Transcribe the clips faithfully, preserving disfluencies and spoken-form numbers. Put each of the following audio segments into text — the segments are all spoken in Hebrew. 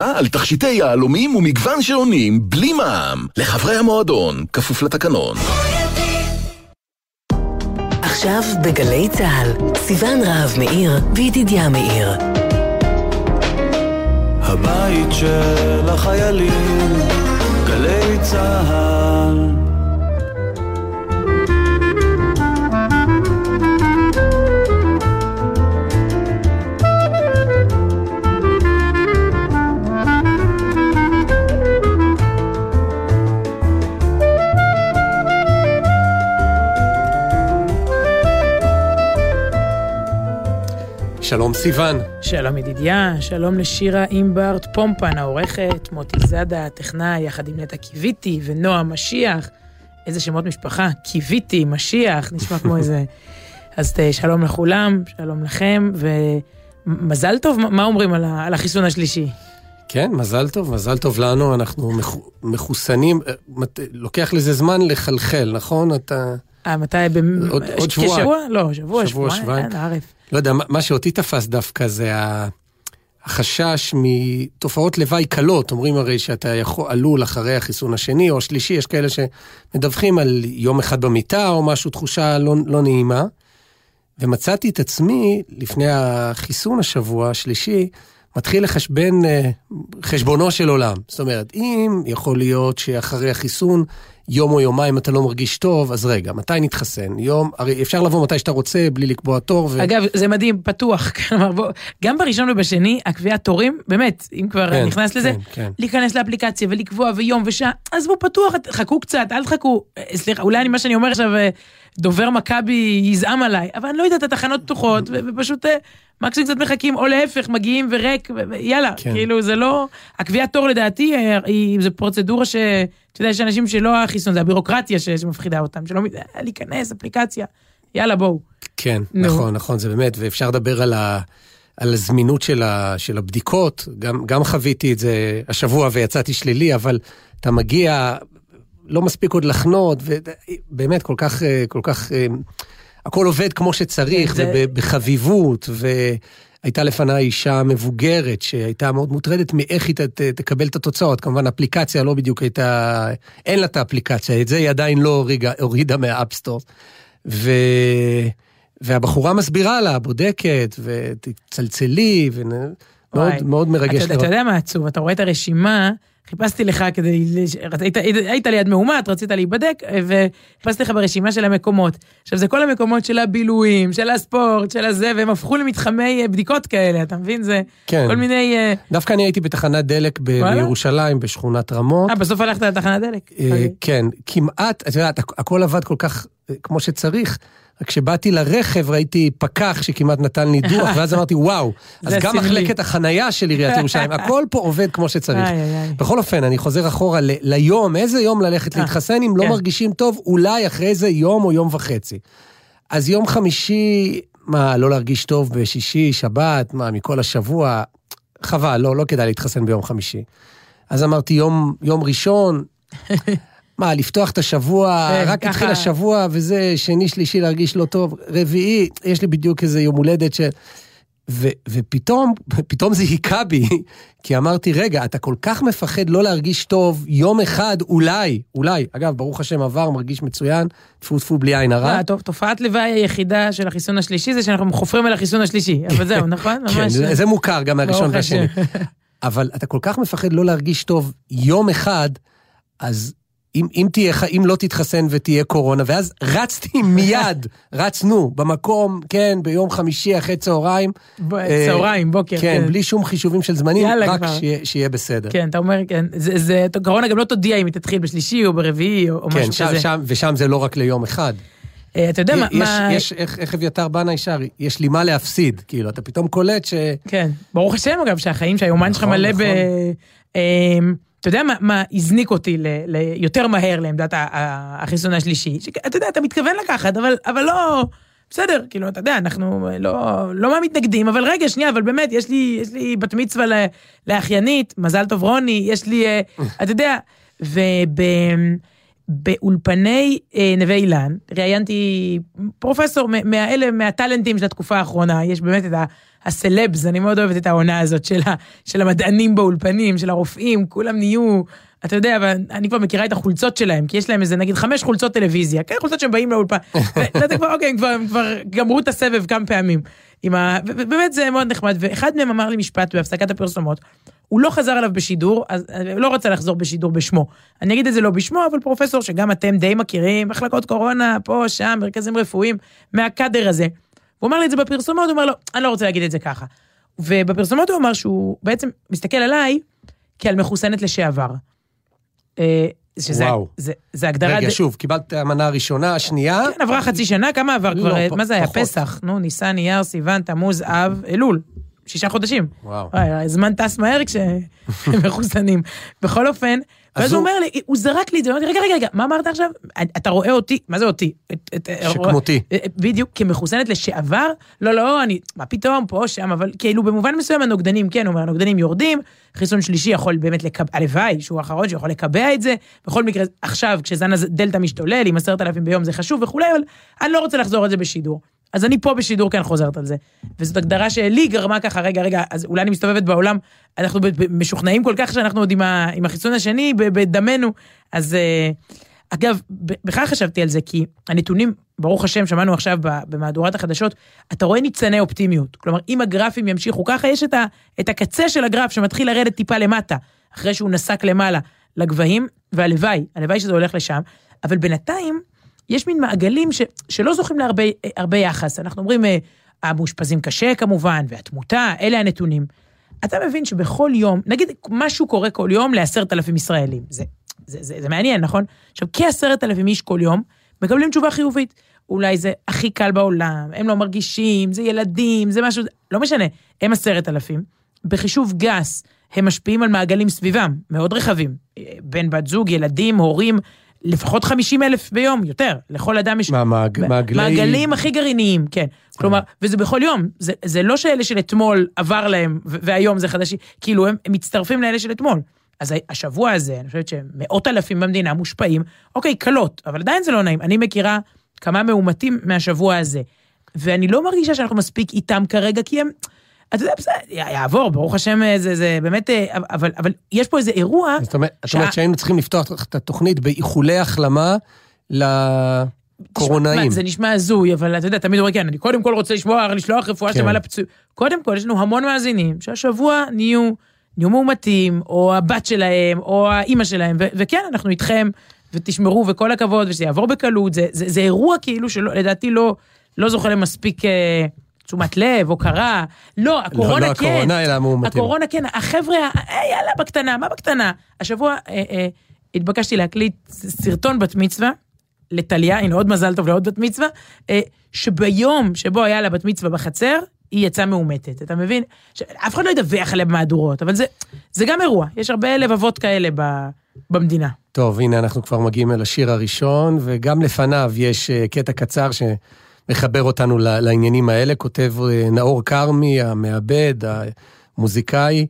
על תכשיטי יהלומים ומגוון שעונים, בלי מע"מ. לחברי המועדון, כפוף לתקנון. עכשיו בגלי צהל, סיוון רהב מאיר וידידיה מאיר. הבית של החיילים, גלי צהל. שלום סיוון. שלום ידידיה, שלום לשירה אימברט פומפן העורכת, מוטי זדה הטכנאי, יחד עם נטע קיוויתי ונועה משיח. איזה שמות משפחה, קיוויתי, משיח, נשמע כמו איזה... אז שלום לכולם, שלום לכם, ומזל טוב, מה אומרים על החיסון השלישי? כן, מזל טוב, מזל טוב לנו, אנחנו מחוסנים, לוקח לזה זמן לחלחל, נכון? אתה... אה, מתי? עוד שבוע? כשבוע? לא, שבוע, שבוע, שבוע. אין, ערף. לא יודע, מה שאותי תפס דווקא זה החשש מתופעות לוואי קלות, אומרים הרי שאתה יכול, עלול אחרי החיסון השני או השלישי, יש כאלה שמדווחים על יום אחד במיטה או משהו, תחושה לא, לא נעימה, ומצאתי את עצמי לפני החיסון השבוע השלישי, מתחיל לחשבן חשבונו של עולם. זאת אומרת, אם יכול להיות שאחרי החיסון, יום או יומיים אתה לא מרגיש טוב, אז רגע, מתי נתחסן? יום, הרי אפשר לבוא מתי שאתה רוצה, בלי לקבוע תור. ו... אגב, זה מדהים, פתוח. גם בראשון ובשני, הקביעת תורים, באמת, אם כבר כן, נכנס לזה, כן, כן. להיכנס לאפליקציה ולקבוע ויום ושעה, אז בוא פתוח, חכו קצת, אל תחכו. סליחה, אולי אני, מה שאני אומר עכשיו, דובר מכבי יזעם עליי, אבל אני לא יודעת, התחנות פתוחות, ופשוט מקסימום קצת מחכים, או להפך, מגיעים וריק, ויאללה, כן. כאילו זה לא... הקביעת תור לדעתי, זה פרוצדורה ש... אתה יודע, יש אנשים שלא החיסון, זה הבירוקרטיה שמפחידה אותם, שלא להיכנס, אפליקציה, יאללה בואו. כן, נכון, נכון, זה באמת, ואפשר לדבר על ה... על הזמינות של, ה, של הבדיקות, גם, גם חוויתי את זה השבוע ויצאתי שלילי, אבל אתה מגיע, לא מספיק עוד לחנות, ובאמת כל כך, כל כך, הכל עובד כמו שצריך, זה... ובחביבות, והייתה לפני אישה מבוגרת, שהייתה מאוד מוטרדת מאיך היא ת, תקבל את התוצאות, כמובן האפליקציה לא בדיוק הייתה, אין לה את האפליקציה, את זה היא עדיין לא הורידה, הורידה מהאפסטור, ו... והבחורה מסבירה לה, בודקת, ותצלצלי, ומאוד מאוד מרגש לראות. אתה יודע מה עצוב, אתה רואה את הרשימה, חיפשתי לך כדי, היית ליד מאומת, רצית להיבדק, וחיפשתי לך ברשימה של המקומות. עכשיו, זה כל המקומות של הבילויים, של הספורט, של הזה, והם הפכו למתחמי בדיקות כאלה, אתה מבין? זה כל מיני... דווקא אני הייתי בתחנת דלק בירושלים, בשכונת רמות. אה, בסוף הלכת לתחנת דלק? כן, כמעט, אתה יודע, הכל עבד כל כך כמו שצריך, רק כשבאתי לרכב ראיתי פקח שכמעט נתן לי דוח, ואז אמרתי וואו, אז גם מחלקת החנייה של עיריית ירושלים, הכל פה עובד כמו שצריך. בכל אופן, אני חוזר אחורה ליום, איזה יום ללכת להתחסן, אם לא מרגישים טוב, אולי אחרי איזה יום או יום וחצי. אז יום חמישי, מה, לא להרגיש טוב בשישי, שבת, מה, מכל השבוע, חבל, לא, לא כדאי להתחסן ביום חמישי. אז אמרתי יום, יום ראשון, מה, לפתוח את השבוע, רק התחיל השבוע, וזה שני, שלישי להרגיש לא טוב, רביעי, יש לי בדיוק איזה יום הולדת, ש... ו... ופתאום, פתאום זה היכה בי, כי אמרתי, רגע, אתה כל כך מפחד לא להרגיש טוב, יום אחד, אולי, אולי, אגב, ברוך השם עבר, מרגיש מצוין, תפו תפו בלי עין הרע. טוב, תופעת לוואי היחידה של החיסון השלישי, זה שאנחנו חופרים על החיסון השלישי, אבל זהו, נכון? כן, זה מוכר גם מהראשון והשני. אבל אתה כל כך מפחד לא להרגיש טוב יום אחד, אז אם, אם, תהיה, אם לא תתחסן ותהיה קורונה, ואז רצתי מיד, רצנו במקום, כן, ביום חמישי אחרי צהריים. צהריים, בוקר. כן, כן, בלי שום חישובים של זמנים, רק שיהיה, שיהיה בסדר. כן, אתה אומר, כן, זה, זה, קורונה גם לא תודיע אם היא תתחיל בשלישי או ברביעי או, או כן, משהו שם, כזה. שם, ושם זה לא רק ליום אחד. אתה יודע מה... יש, מה... יש, איך, איך אביתר בנה ישר, יש לי מה להפסיד, כאילו, אתה פתאום קולט ש... כן, ברוך השם אגב, שהחיים, שהיומן שלך מלא ב... אתה יודע מה, מה הזניק אותי ל, ל, יותר מהר לעמדת החיסון השלישי? אתה יודע, אתה מתכוון לקחת, אבל, אבל לא, בסדר, כאילו, אתה יודע, אנחנו לא, לא מה מתנגדים, אבל רגע, שנייה, אבל באמת, יש לי, יש לי בת מצווה לאחיינית, מזל טוב רוני, יש לי, אתה יודע, ובאולפני נווה אילן, ראיינתי פרופסור מהאלה, מהטלנטים של התקופה האחרונה, יש באמת את הסלבס, אני מאוד אוהבת את העונה הזאת של, ה, של המדענים באולפנים, של הרופאים, כולם נהיו, אתה יודע, אני כבר מכירה את החולצות שלהם, כי יש להם איזה, נגיד, חמש חולצות טלוויזיה, כן, חולצות שהם באים לאולפן, ואתה כבר, אוקיי, הם כבר, הם כבר גמרו את הסבב כמה פעמים, ה... ובאמת זה מאוד נחמד, ואחד מהם אמר לי משפט בהפסקת הפרסומות, הוא לא חזר עליו בשידור, אז לא רוצה לחזור בשידור בשמו. אני אגיד את זה לא בשמו, אבל פרופסור שגם אתם די מכירים, מחלקות קורונה, פה, שם, מרכזים רפואיים, מהקדר הזה. הוא אמר לי את זה בפרסומות, הוא אומר לו, אני לא רוצה להגיד את זה ככה. ובפרסומות הוא אמר שהוא בעצם מסתכל עליי, כעל מחוסנת לשעבר. שזה, וואו. זה, זה הגדרה... רגע, ד... שוב, קיבלת המנה הראשונה, השנייה? כן, עברה חצי שנה, כמה עבר לא, כבר? פ... מה זה היה? פחות. פסח, נו, ניסן, אייר, סיוון, תמוז, אב, אלול. שישה חודשים. וואו. הזמן טס מהר כשהם מחוסנים. בכל אופן, ואז הוא אומר לי, הוא זרק לי את זה, רגע, רגע, רגע, מה אמרת עכשיו? אתה רואה אותי, מה זה אותי? שכמותי. בדיוק, כמחוסנת לשעבר? לא, לא, אני, מה פתאום, פה, שם, אבל כאילו במובן מסוים הנוגדנים, כן, הוא אומר, הנוגדנים יורדים, חיסון שלישי יכול באמת לקבע, הלוואי, שהוא האחרון שיכול לקבע את זה, בכל מקרה, עכשיו, כשזן הדלתא משתולל, עם עשרת אלפים ביום זה חשוב וכולי, אבל אני לא רוצה לחזור על זה בשידור. אז אני פה בשידור כן חוזרת על זה. וזאת הגדרה שלי גרמה ככה, רגע, רגע, אז אולי אני מסתובבת בעולם, אנחנו משוכנעים כל כך שאנחנו עוד עם, ה, עם החיסון השני, בדמנו. אז אגב, בכלל חשבתי על זה, כי הנתונים, ברוך השם, שמענו עכשיו במהדורת החדשות, אתה רואה ניצני אופטימיות. כלומר, אם הגרפים ימשיכו ככה, יש את, ה, את הקצה של הגרף שמתחיל לרדת טיפה למטה, אחרי שהוא נסק למעלה לגבהים, והלוואי, הלוואי שזה הולך לשם, אבל בינתיים, יש מין מעגלים ש, שלא זוכים להרבה הרבה יחס. אנחנו אומרים, המאושפזים קשה כמובן, והתמותה, אלה הנתונים. אתה מבין שבכל יום, נגיד משהו קורה כל יום לעשרת אלפים ישראלים. זה, זה, זה, זה מעניין, נכון? עכשיו, כעשרת אלפים איש כל יום, מקבלים תשובה חיובית. אולי זה הכי קל בעולם, הם לא מרגישים, זה ילדים, זה משהו, לא משנה, הם עשרת אלפים. בחישוב גס, הם משפיעים על מעגלים סביבם, מאוד רחבים. בין בת זוג, ילדים, הורים, לפחות חמישים אלף ביום, יותר, לכל אדם יש... מה, מעג... מעגלי... מעגלים הכי גרעיניים, כן. כלומר, וזה בכל יום, זה, זה לא שאלה של אתמול עבר להם, והיום זה חדשי, כאילו הם, הם מצטרפים לאלה של אתמול. אז השבוע הזה, אני חושבת שמאות אלפים במדינה מושפעים, אוקיי, קלות, אבל עדיין זה לא נעים. אני מכירה כמה מאומתים מהשבוע הזה, ואני לא מרגישה שאנחנו מספיק איתם כרגע, כי הם... אתה יודע, יעבור, ברוך השם, זה, זה באמת, אבל, אבל יש פה איזה אירוע... זאת אומרת, ש... שהיינו צריכים לפתוח את התוכנית באיחולי החלמה לקורונאים. זה נשמע הזוי, אבל אתה יודע, תמיד אומר, כן, אני קודם כל רוצה לשמוע, לשלוח רפואה שלמה לפצוע. קודם כל, יש לנו המון מאזינים, שהשבוע נהיו, נהיו מאומתים, או הבת שלהם, או האמא שלהם, ו- וכן, אנחנו איתכם, ותשמרו, וכל הכבוד, ושזה יעבור בקלות, זה, זה, זה אירוע כאילו, שלדעתי לא, לא זוכה למספיק... תשומת לב, או קרה, לא, הקורונה לא, לא כן, הקורונה, אלא המאומתים. הקורונה כן, החבר'ה, אה, יאללה, בקטנה, מה בקטנה? השבוע אה, אה, התבקשתי להקליט סרטון בת מצווה, לטליה, הנה עוד מזל טוב לעוד בת מצווה, אה, שביום שבו היה לה בת מצווה בחצר, היא יצאה מאומתת, אתה מבין? אף אחד לא ידווח עליה במהדורות, אבל זה, זה גם אירוע, יש הרבה לבבות כאלה ב, במדינה. טוב, הנה אנחנו כבר מגיעים אל השיר הראשון, וגם לפניו יש קטע קצר ש... מחבר אותנו לעניינים האלה, כותב נאור קרמי, המעבד, המוזיקאי,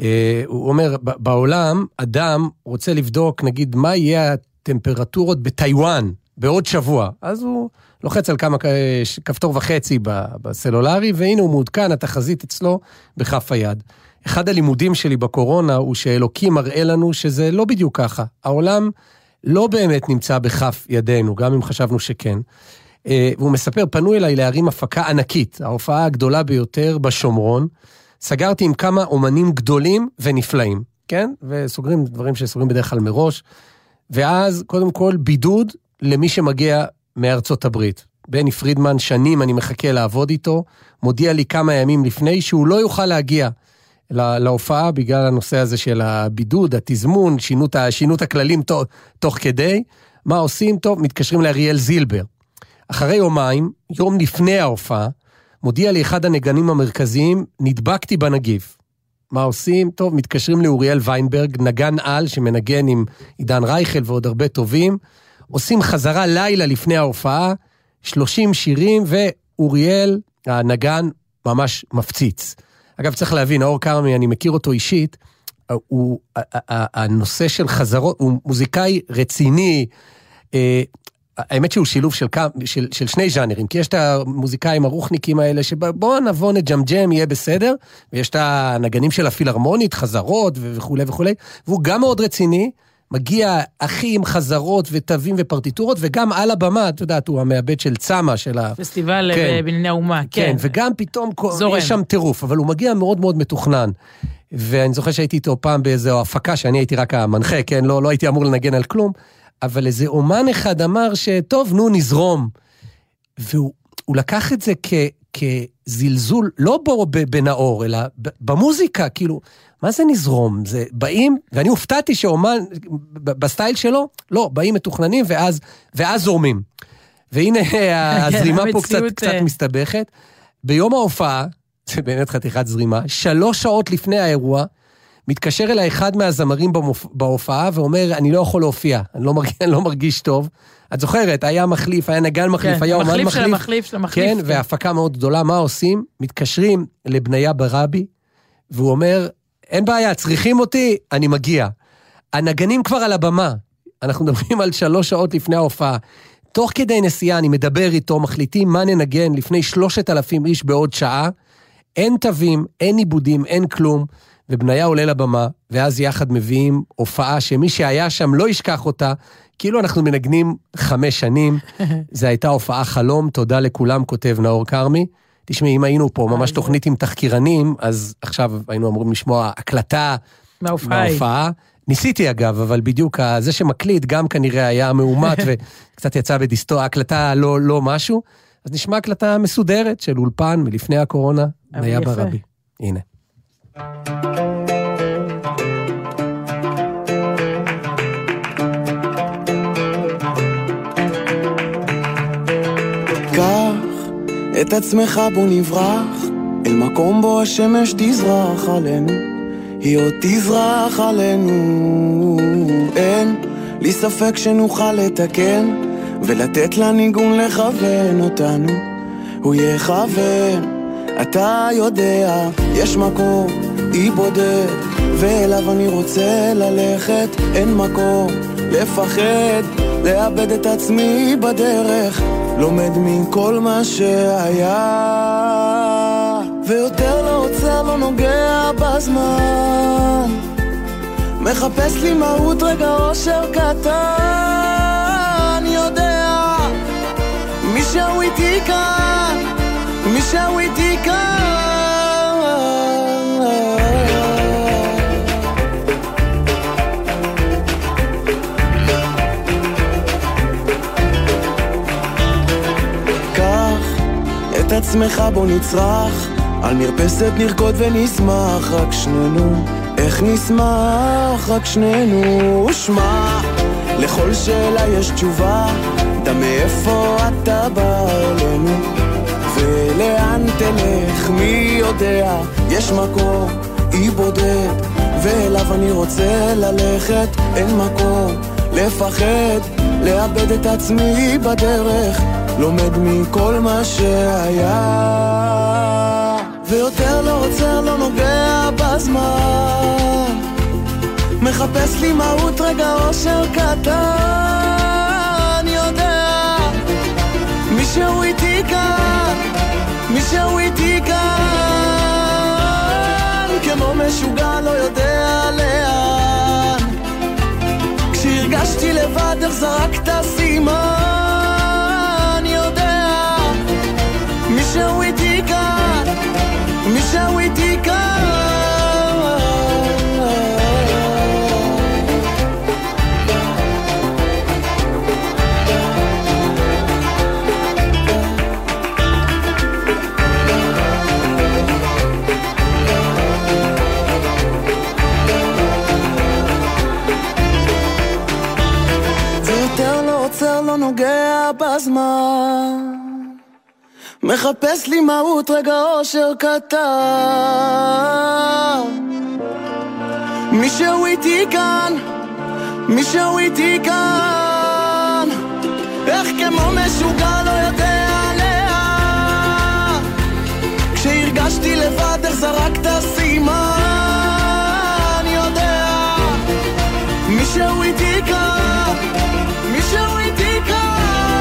הוא אומר, בעולם אדם רוצה לבדוק, נגיד, מה יהיה הטמפרטורות בטיואן, בעוד שבוע, אז הוא לוחץ על כמה כפתור וחצי בסלולרי, והנה הוא מעודכן, התחזית אצלו בכף היד. אחד הלימודים שלי בקורונה, הוא שאלוקים מראה לנו שזה לא בדיוק ככה, העולם לא באמת נמצא בכף ידינו, גם אם חשבנו שכן, והוא מספר, פנו אליי להרים הפקה ענקית, ההופעה הגדולה ביותר בשומרון, סגרתי עם כמה אומנים גדולים ונפלאים, כן? וסוגרים דברים שסוגרים בדרך כלל מראש, ואז קודם כל בידוד למי שמגיע מארצות הברית. בני פרידמן, שנים אני מחכה לעבוד איתו, מודיע לי כמה ימים לפני שהוא לא יוכל להגיע לה, להופעה בגלל הנושא הזה של הבידוד, התזמון, שינות, שינות הכללים תוך, תוך כדי. מה עושים? טוב, מתקשרים לאריאל זילבר. אחרי יומיים, יום לפני ההופעה, מודיע לי אחד הנגנים המרכזיים, נדבקתי בנגיף. מה עושים? טוב, מתקשרים לאוריאל ויינברג, נגן על שמנגן עם עידן רייכל ועוד הרבה טובים, עושים חזרה לילה לפני ההופעה, שלושים שירים, ואוריאל, הנגן, ממש מפציץ. אגב, צריך להבין, נאור קרמי, אני מכיר אותו אישית, הוא, הנושא של חזרות, הוא מוזיקאי רציני, האמת שהוא שילוב של, של, של שני ז'אנרים, כי יש את המוזיקאים הרוחניקים האלה, שבואו נבוא נג'מג'ם, יהיה בסדר, ויש את הנגנים של הפילהרמונית, חזרות וכו' וכו', והוא גם מאוד רציני, מגיע הכי עם חזרות ותווים ופרטיטורות, וגם על הבמה, אתה יודעת, הוא המעבד של צמה, של ה... פסטיבל כן. בבנייני האומה, כן. כן, וגם פתאום זורם. יש שם טירוף, אבל הוא מגיע מאוד מאוד מתוכנן. ואני זוכר שהייתי איתו פעם באיזו הפקה, שאני הייתי רק המנחה, כן, לא, לא הייתי אמור לנגן על כלום, אבל איזה אומן אחד אמר שטוב, נו, נזרום. והוא לקח את זה כ, כזלזול, לא בו בנאור, אלא במוזיקה, כאילו, מה זה נזרום? זה באים, ואני הופתעתי שאומן, בסטייל שלו, לא, באים מתוכננים ואז, ואז זורמים. והנה, הזרימה פה קצת, קצת מסתבכת. ביום ההופעה, זה באמת חתיכת זרימה, שלוש שעות לפני האירוע, מתקשר אליי אחד מהזמרים בהופעה, ואומר, אני לא יכול להופיע, אני לא מרגיש, אני לא מרגיש טוב. את זוכרת, היה מחליף, היה נגן מחליף, כן, היה אומן מחליף. של המחליף, של המחליף. כן, כן, והפקה מאוד גדולה, מה עושים? מתקשרים לבניה ברבי, והוא אומר, אין בעיה, צריכים אותי, אני מגיע. הנגנים כבר על הבמה, אנחנו מדברים על שלוש שעות לפני ההופעה, תוך כדי נסיעה, אני מדבר איתו, מחליטים מה ננגן לפני שלושת אלפים איש בעוד שעה, אין תווים, אין עיבודים, אין כלום, ובניה עולה לבמה, ואז יחד מביאים הופעה שמי שהיה שם לא ישכח אותה, כאילו אנחנו מנגנים חמש שנים, זה הייתה הופעה חלום, תודה לכולם, כותב נאור כרמי, תשמעי, אם היינו פה ממש תוכנית עם תחקירנים, אז עכשיו היינו אמורים לשמוע הקלטה מההופעה, ניסיתי אגב, אבל בדיוק זה שמקליט גם כנראה היה מאומת, וקצת יצא בדיסטו, הקלטה לא, לא משהו, אז נשמע הקלטה מסודרת של אולפן מלפני הקורונה, בניה ברבי. הנה. קח את עצמך בו נברח, אל מקום בו השמש תזרח עלינו, היא עוד תזרח עלינו. אין לי ספק שנוכל לתקן, ולתת לניגון לכוון אותנו, הוא יכוון. אתה יודע, יש מקום, היא בודד, ואליו אני רוצה ללכת, אין מקום לפחד, לאבד את עצמי בדרך, לומד מכל מה שהיה, ויותר לא עוצר, לא נוגע בזמן, מחפש לי מהות רגע אושר קטן, יודע, מי שהוא איתי כאן, מי שהוא איתי כאן, את עצמך בו נצרח, על מרפסת נרקוד ונשמח רק שנינו, איך נשמח רק שנינו. ושמע, לכל שאלה יש תשובה, דה מאיפה אתה בא אלינו, ולאן תלך מי יודע, יש מקום, היא בודד, ואליו אני רוצה ללכת, אין מקום לפחד, לאבד את עצמי בדרך, לומד מכל מה שהיה, ויותר לא עוצר, לא נוגע בזמן, מחפש לי מהות רגע אושר קטן, יודע, מי שהוא איתי כאן, מי שהוא איתי כאן, כמו משוגע לא יודע לאן, כשהרגשתי לבד איך זרקת סימן, מי שהוא איתי כאן, מי שהוא איתי כאן, זה יותר לא עוצר, לא נוגע בזמן, מחפש לי מהות רגע אושר קטן, מי שהוא איתי כאן, מי שהוא איתי כאן, איך כמו משוגע לא יודע לאן, כשהרגשתי לבד איך זרקת סימן, יודע, מי שהוא איתי כאן, מי שהוא איתי כאן,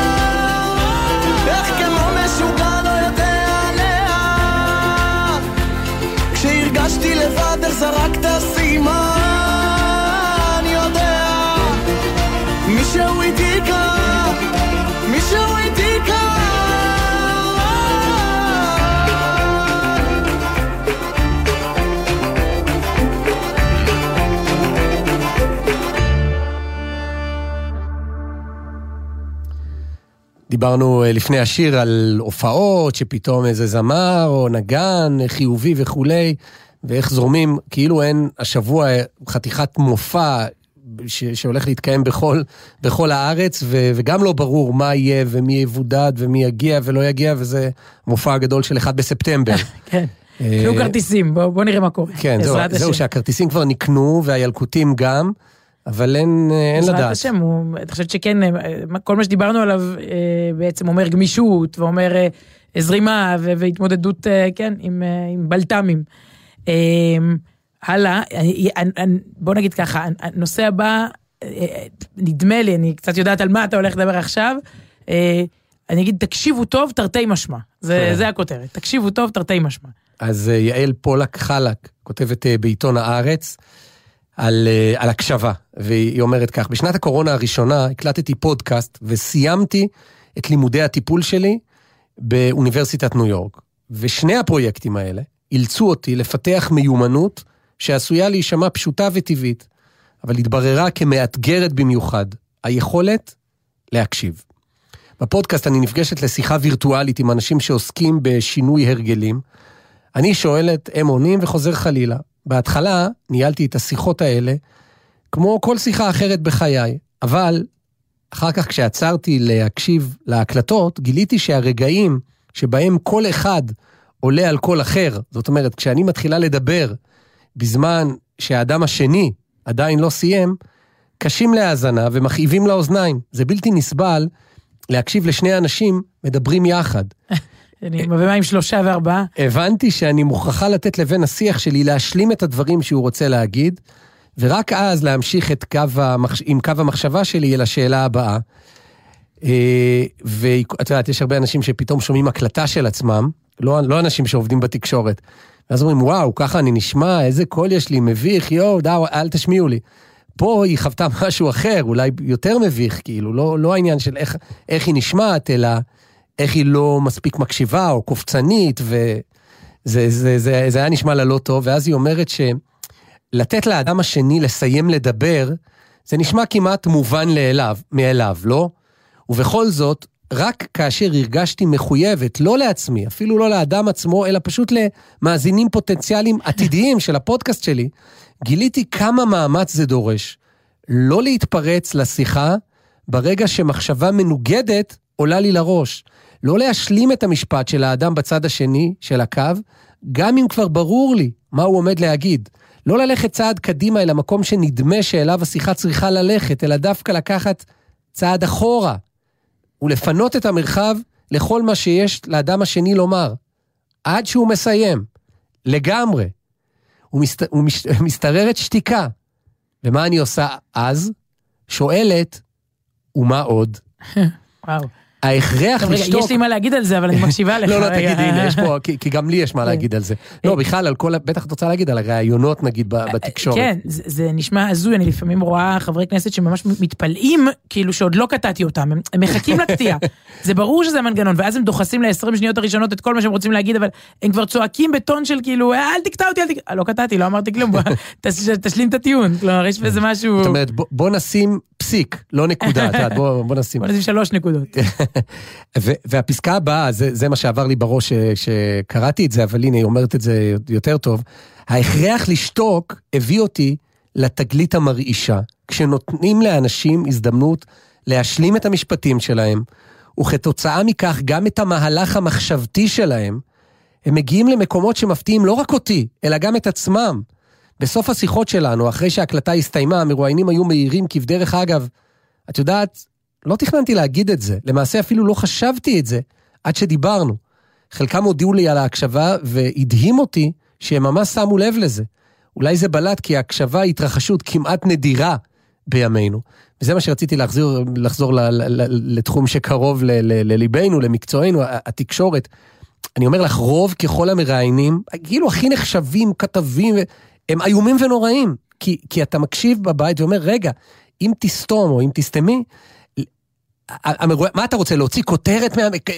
דיברנו לפני השיר על הופעות, שפתאום איזה זמר או נגן חיובי וכולי, ואיך זורמים, כאילו אין השבוע חתיכת מופע ש- שהולך להתקיים בכל, בכל הארץ, ו- וגם לא ברור מה יהיה ומי יבודד ומי יגיע ולא יגיע, וזה מופע הגדול של אחד בספטמבר. כן, קנו כרטיסים, בוא, בוא נראה מה קורה. כן, זהו, זהו שהכרטיסים כבר נקנו והילקוטים גם, אבל אין, אין לדעת. בעזרת השם, אני חושבת שכן, כל מה שדיברנו עליו בעצם אומר גמישות, ואומר זרימה והתמודדות, כן, עם, עם בלטמים. הלאה, בוא נגיד ככה, הנושא הבא, נדמה לי, אני קצת יודעת על מה אתה הולך לדבר עכשיו, אני אגיד, תקשיבו טוב, תרתי משמע. זה, זה הכותרת. תקשיבו טוב, תרתי משמע. אז יעל פולק חלק, כותבת בעיתון הארץ, על, על הקשבה, והיא אומרת כך, בשנת הקורונה הראשונה הקלטתי פודקאסט, וסיימתי את לימודי הטיפול שלי באוניברסיטת ניו יורק. ושני הפרויקטים האלה אילצו אותי לפתח מיומנות שעשויה להישמע פשוטה וטבעית, אבל התבררה כמאתגרת במיוחד, היכולת להקשיב. בפודקאסט אני נפגשת לשיחה וירטואלית עם אנשים שעוסקים בשינוי הרגלים. אני שואלת, הם עונים וחוזר חלילה. בהתחלה ניהלתי את השיחות האלה, כמו כל שיחה אחרת בחיי, אבל אחר כך כשעצרתי להקשיב להקלטות, גיליתי שהרגעים שבהם כל אחד עולה על כל אחר, זאת אומרת, כשאני מתחילה לדבר בזמן שהאדם השני עדיין לא סיים, קשים להאזנה ומכאיבים לאוזניים. זה בלתי נסבל להקשיב לשני אנשים מדברים יחד. אני מבמה עם שלושה וארבעה. הבנתי שאני מוכרחה לתת לבן השיח שלי להשלים את הדברים שהוא רוצה להגיד, ורק אז להמשיך את קו המחש... עם קו המחשבה שלי אל השאלה הבאה. ואת יודעת, יש הרבה אנשים שפתאום שומעים הקלטה של עצמם, לא, לא אנשים שעובדים בתקשורת. ואז אומרים, וואו, ככה אני נשמע, איזה קול יש לי, מביך, יו, דאו, אל תשמיעו לי. פה היא חוותה משהו אחר, אולי יותר מביך, כאילו, לא, לא העניין של איך, איך היא נשמעת, אלא איך היא לא מספיק מקשיבה או קופצנית, וזה זה, זה, זה היה נשמע לה לא טוב, ואז היא אומרת שלתת לאדם השני לסיים לדבר, זה נשמע כמעט מובן לאליו, מאליו, לא? ובכל זאת, רק כאשר הרגשתי מחויבת, לא לעצמי, אפילו לא לאדם עצמו, אלא פשוט למאזינים פוטנציאליים עתידיים של הפודקאסט שלי, גיליתי כמה מאמץ זה דורש, לא להתפרץ לשיחה, ברגע שמחשבה מנוגדת עולה לי לראש, לא להשלים את המשפט של האדם בצד השני של הקו, גם אם כבר ברור לי מה הוא עומד להגיד, לא ללכת צעד קדימה אל המקום שנדמה שאליו השיחה צריכה ללכת, אלא דווקא לקחת צעד אחורה, ולפנות את המרחב לכל מה שיש לאדם השני לומר, עד שהוא מסיים, לגמרי. ומסתררת שתיקה. ומה אני עושה אז? שואלת, ומה עוד? וואו. ההכרח לשתוק... יש לי מה להגיד על זה, אבל אני מקשיבה לך. לא, לא, תגידי, הנה, יש פה, כי גם לי יש מה להגיד על זה. לא, בכלל, על כל, בטח את רוצה להגיד על הרעיונות, נגיד, בתקשורת. כן, זה נשמע הזוי, אני לפעמים רואה חברי כנסת שממש מתפלאים, כאילו שעוד לא קטעתי אותם, הם מחכים לקטיעה. זה ברור שזה המנגנון, ואז הם דוחסים ל-עשרים שניות הראשונות את כל מה שהם רוצים להגיד, אבל הם כבר צועקים בטון של כאילו, אל תקטע אותי, אל תקטע... לא קטעתי, לא אמרתי כלום, תשלים את הטיעון, כלומר, יש בזה משהו... זאת אומרת, בוא נשים פסיק, לא נקודה, בוא נשים. בוא נשים שלוש נקודות. והפסקה הבאה, זה, זה מה שעבר לי בראש שקראתי את זה, אבל הנה, היא אומרת את זה יותר טוב. ההכרח לשתוק הביא אותי לתגלית המרעישה, כשנותנים לאנשים הזדמנות להשלים את המשפטים שלהם, וכתוצאה מכך גם את המהלך המחשבתי שלהם, הם מגיעים למקומות שמפתיעים לא רק אותי, אלא גם את עצמם. בסוף השיחות שלנו, אחרי שההקלטה הסתיימה, המרואיינים היו מהירים, כבדרך אגב, את יודעת, לא תכננתי להגיד את זה, למעשה אפילו לא חשבתי את זה, עד שדיברנו. חלקם הודיעו לי על ההקשבה, והדהים אותי שהם ממש שמו לב לזה. אולי זה בלט, כי ההקשבה היא התרחשות כמעט נדירה בימינו. וזה מה שרציתי לחזור, לחזור ל, ל, ל, לתחום שקרוב ל, ל, לליבנו, למקצוענו, התקשורת. אני אומר לך, רוב ככל המראיינים, כאילו הכי נחשבים, כתבים, הם איומים ונוראים. כי, כי אתה מקשיב בבית ואומר, רגע, אם תסתום או אם תסתמי, מה אתה רוצה, להוציא כותרת מה...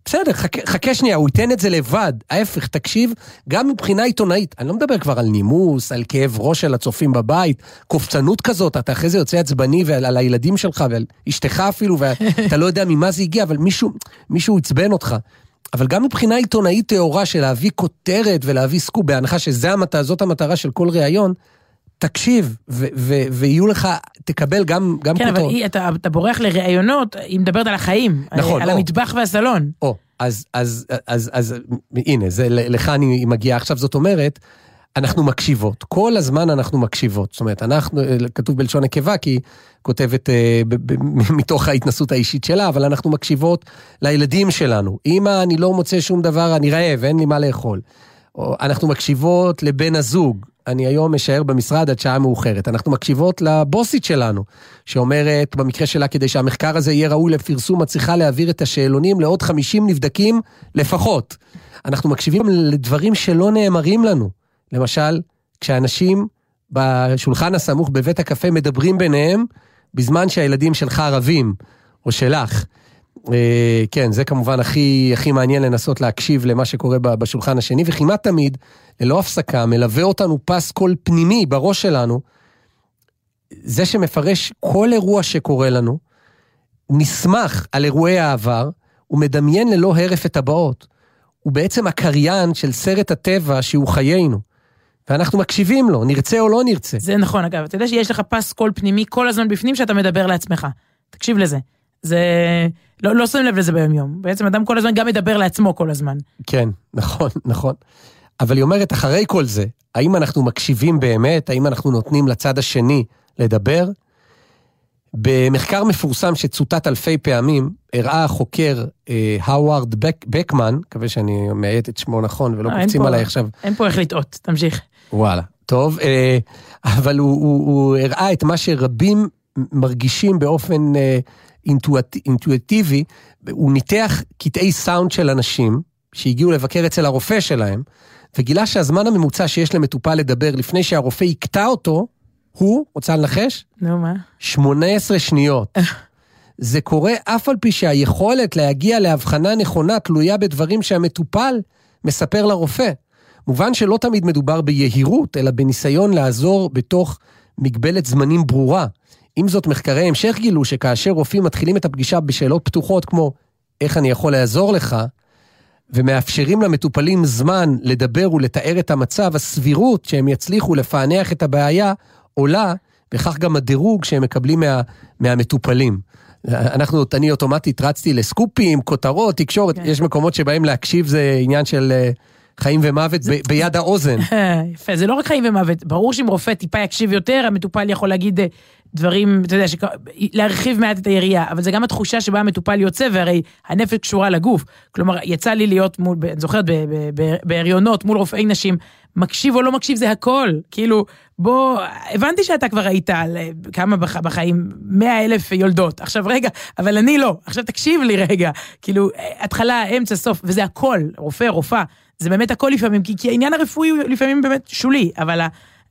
בסדר, חכה, חכה שנייה, הוא ייתן את זה לבד, ההפך, תקשיב, גם מבחינה עיתונאית, אני לא מדבר כבר על נימוס, על כאב ראש של הצופים בבית, קופצנות כזאת, אתה אחרי זה יוצא עצבני ועל על הילדים שלך, ועל אשתך אפילו, ואתה לא יודע ממה זה הגיע, אבל מישהו, מישהו יצבן אותך. אבל גם מבחינה עיתונאית תיאורה של להביא כותרת ולהביא סקופ, בהנחה שזאת המטרה של כל ראיון, תקשיב, ו- ו- ויהיו לך, תקבל גם, גם כן, כותרות. אבל אתה, אתה בורח לראיונות, היא מדברת על החיים, נכון, על או. המטבח והסלון. או, אז, אז, אז, אז, אז, הנה, זה, לך אני מגיעה עכשיו, זאת אומרת, אנחנו מקשיבות, כל הזמן אנחנו מקשיבות, זאת אומרת, אנחנו, כתוב בלשון נקבה, כי כותבת אה, ב- ב- מתוך ההתנסות האישית שלה, אבל אנחנו מקשיבות לילדים שלנו. אמא, אני לא מוצא שום דבר, אני רעב, אין לי מה לאכול. או, אנחנו מקשיבות לבן הזוג, אני היום משאר במשרד עד שעה מאוחרת. אנחנו מקשיבות לבוסית שלנו, שאומרת, במקרה שלה, כדי שהמחקר הזה יהיה ראוי לפרסום, מצליחה להעביר את השאלונים לעוד חמישים נבדקים לפחות. אנחנו מקשיבים לדברים שלא נאמרים לנו. למשל, כשאנשים בשולחן הסמוך בבית הקפה מדברים ביניהם, בזמן שהילדים שלך רבים, או שלך. כן, זה כמובן הכי, הכי מעניין לנסות להקשיב למה שקורה בשולחן השני, וכמעט תמיד, ללא הפסקה, מלווה אותנו פס קול פנימי בראש שלנו, זה שמפרש כל אירוע שקורה לנו, הוא נסמך על אירועי העבר, הוא מדמיין ללא הרף את הבאות, הוא בעצם הקריין של סרט הטבע שהוא חיינו, ואנחנו מקשיבים לו, נרצה או לא נרצה. זה נכון, אגב, אתה יודע שיש לך פס קול פנימי כל הזמן בפנים שאתה מדבר לעצמך, תקשיב לזה. זה, לא, לא שמים לב לזה ביום יום. בעצם אדם כל הזמן גם מדבר לעצמו כל הזמן. כן, נכון, נכון. אבל היא אומרת, אחרי כל זה, האם אנחנו מקשיבים באמת? האם אנחנו נותנים לצד השני לדבר? במחקר מפורסם שצוטט אלפי פעמים, הראה החוקר אה, האווארד בק, בקמן, מקווה שאני מעט את שמו נכון, ולא אה, קופצים פה, עליי עכשיו. אין פה איך לטעות, תמשיך. וואלה, טוב. אה, אבל הוא, הוא, הוא הראה את מה שרבים מרגישים באופן... אה, אינטואיטיבי, הוא ניתח קטעי סאונד של אנשים שהגיעו לבקר אצל הרופא שלהם, וגילה שהזמן הממוצע שיש למטופל לדבר לפני שהרופא יקטע אותו, הוא, רוצה לנחש? נו, מה? שמונה עשרה שניות. זה קורה אף על פי שהיכולת להגיע להבחנה נכונה תלויה בדברים שהמטופל מספר לרופא. מובן שלא תמיד מדובר ביהירות, אלא בניסיון לעזור בתוך מגבלת זמנים ברורה. עם זאת, מחקרי המשך גילו שכאשר רופאים מתחילים את הפגישה בשאלות פתוחות כמו איך אני יכול לעזור לך, ומאפשרים למטופלים זמן לדבר ולתאר את המצב, הסבירות שהם יצליחו לפענח את הבעיה עולה, וכך גם הדירוג שהם מקבלים מה, מהמטופלים. אנחנו, אני אוטומטית רצתי לסקופים, כותרות, תקשורת, כן. יש מקומות שבהם להקשיב זה עניין של חיים ומוות זה, ב, ביד האוזן. יפה, זה לא רק חיים ומוות, ברור שאם רופא טיפה יקשיב יותר, המטופל יכול להגיד דברים, אתה יודע, שק... להרחיב מעט את היריעה, אבל זה גם התחושה שבה המטופל יוצא, והרי הנפש קשורה לגוף. כלומר, יצא לי להיות מול, אני זוכרת, בהריונות, מול רופאי נשים, מקשיב או לא מקשיב זה הכל. כאילו, בוא, הבנתי שאתה כבר היית על כמה בחיים, מאה אלף יולדות. עכשיו רגע, אבל אני לא. עכשיו תקשיב לי רגע. כאילו, התחלה, אמצע, סוף, וזה הכל. רופא, רופאה. זה באמת הכל לפעמים, כי, כי העניין הרפואי הוא לפעמים באמת שולי, אבל ה...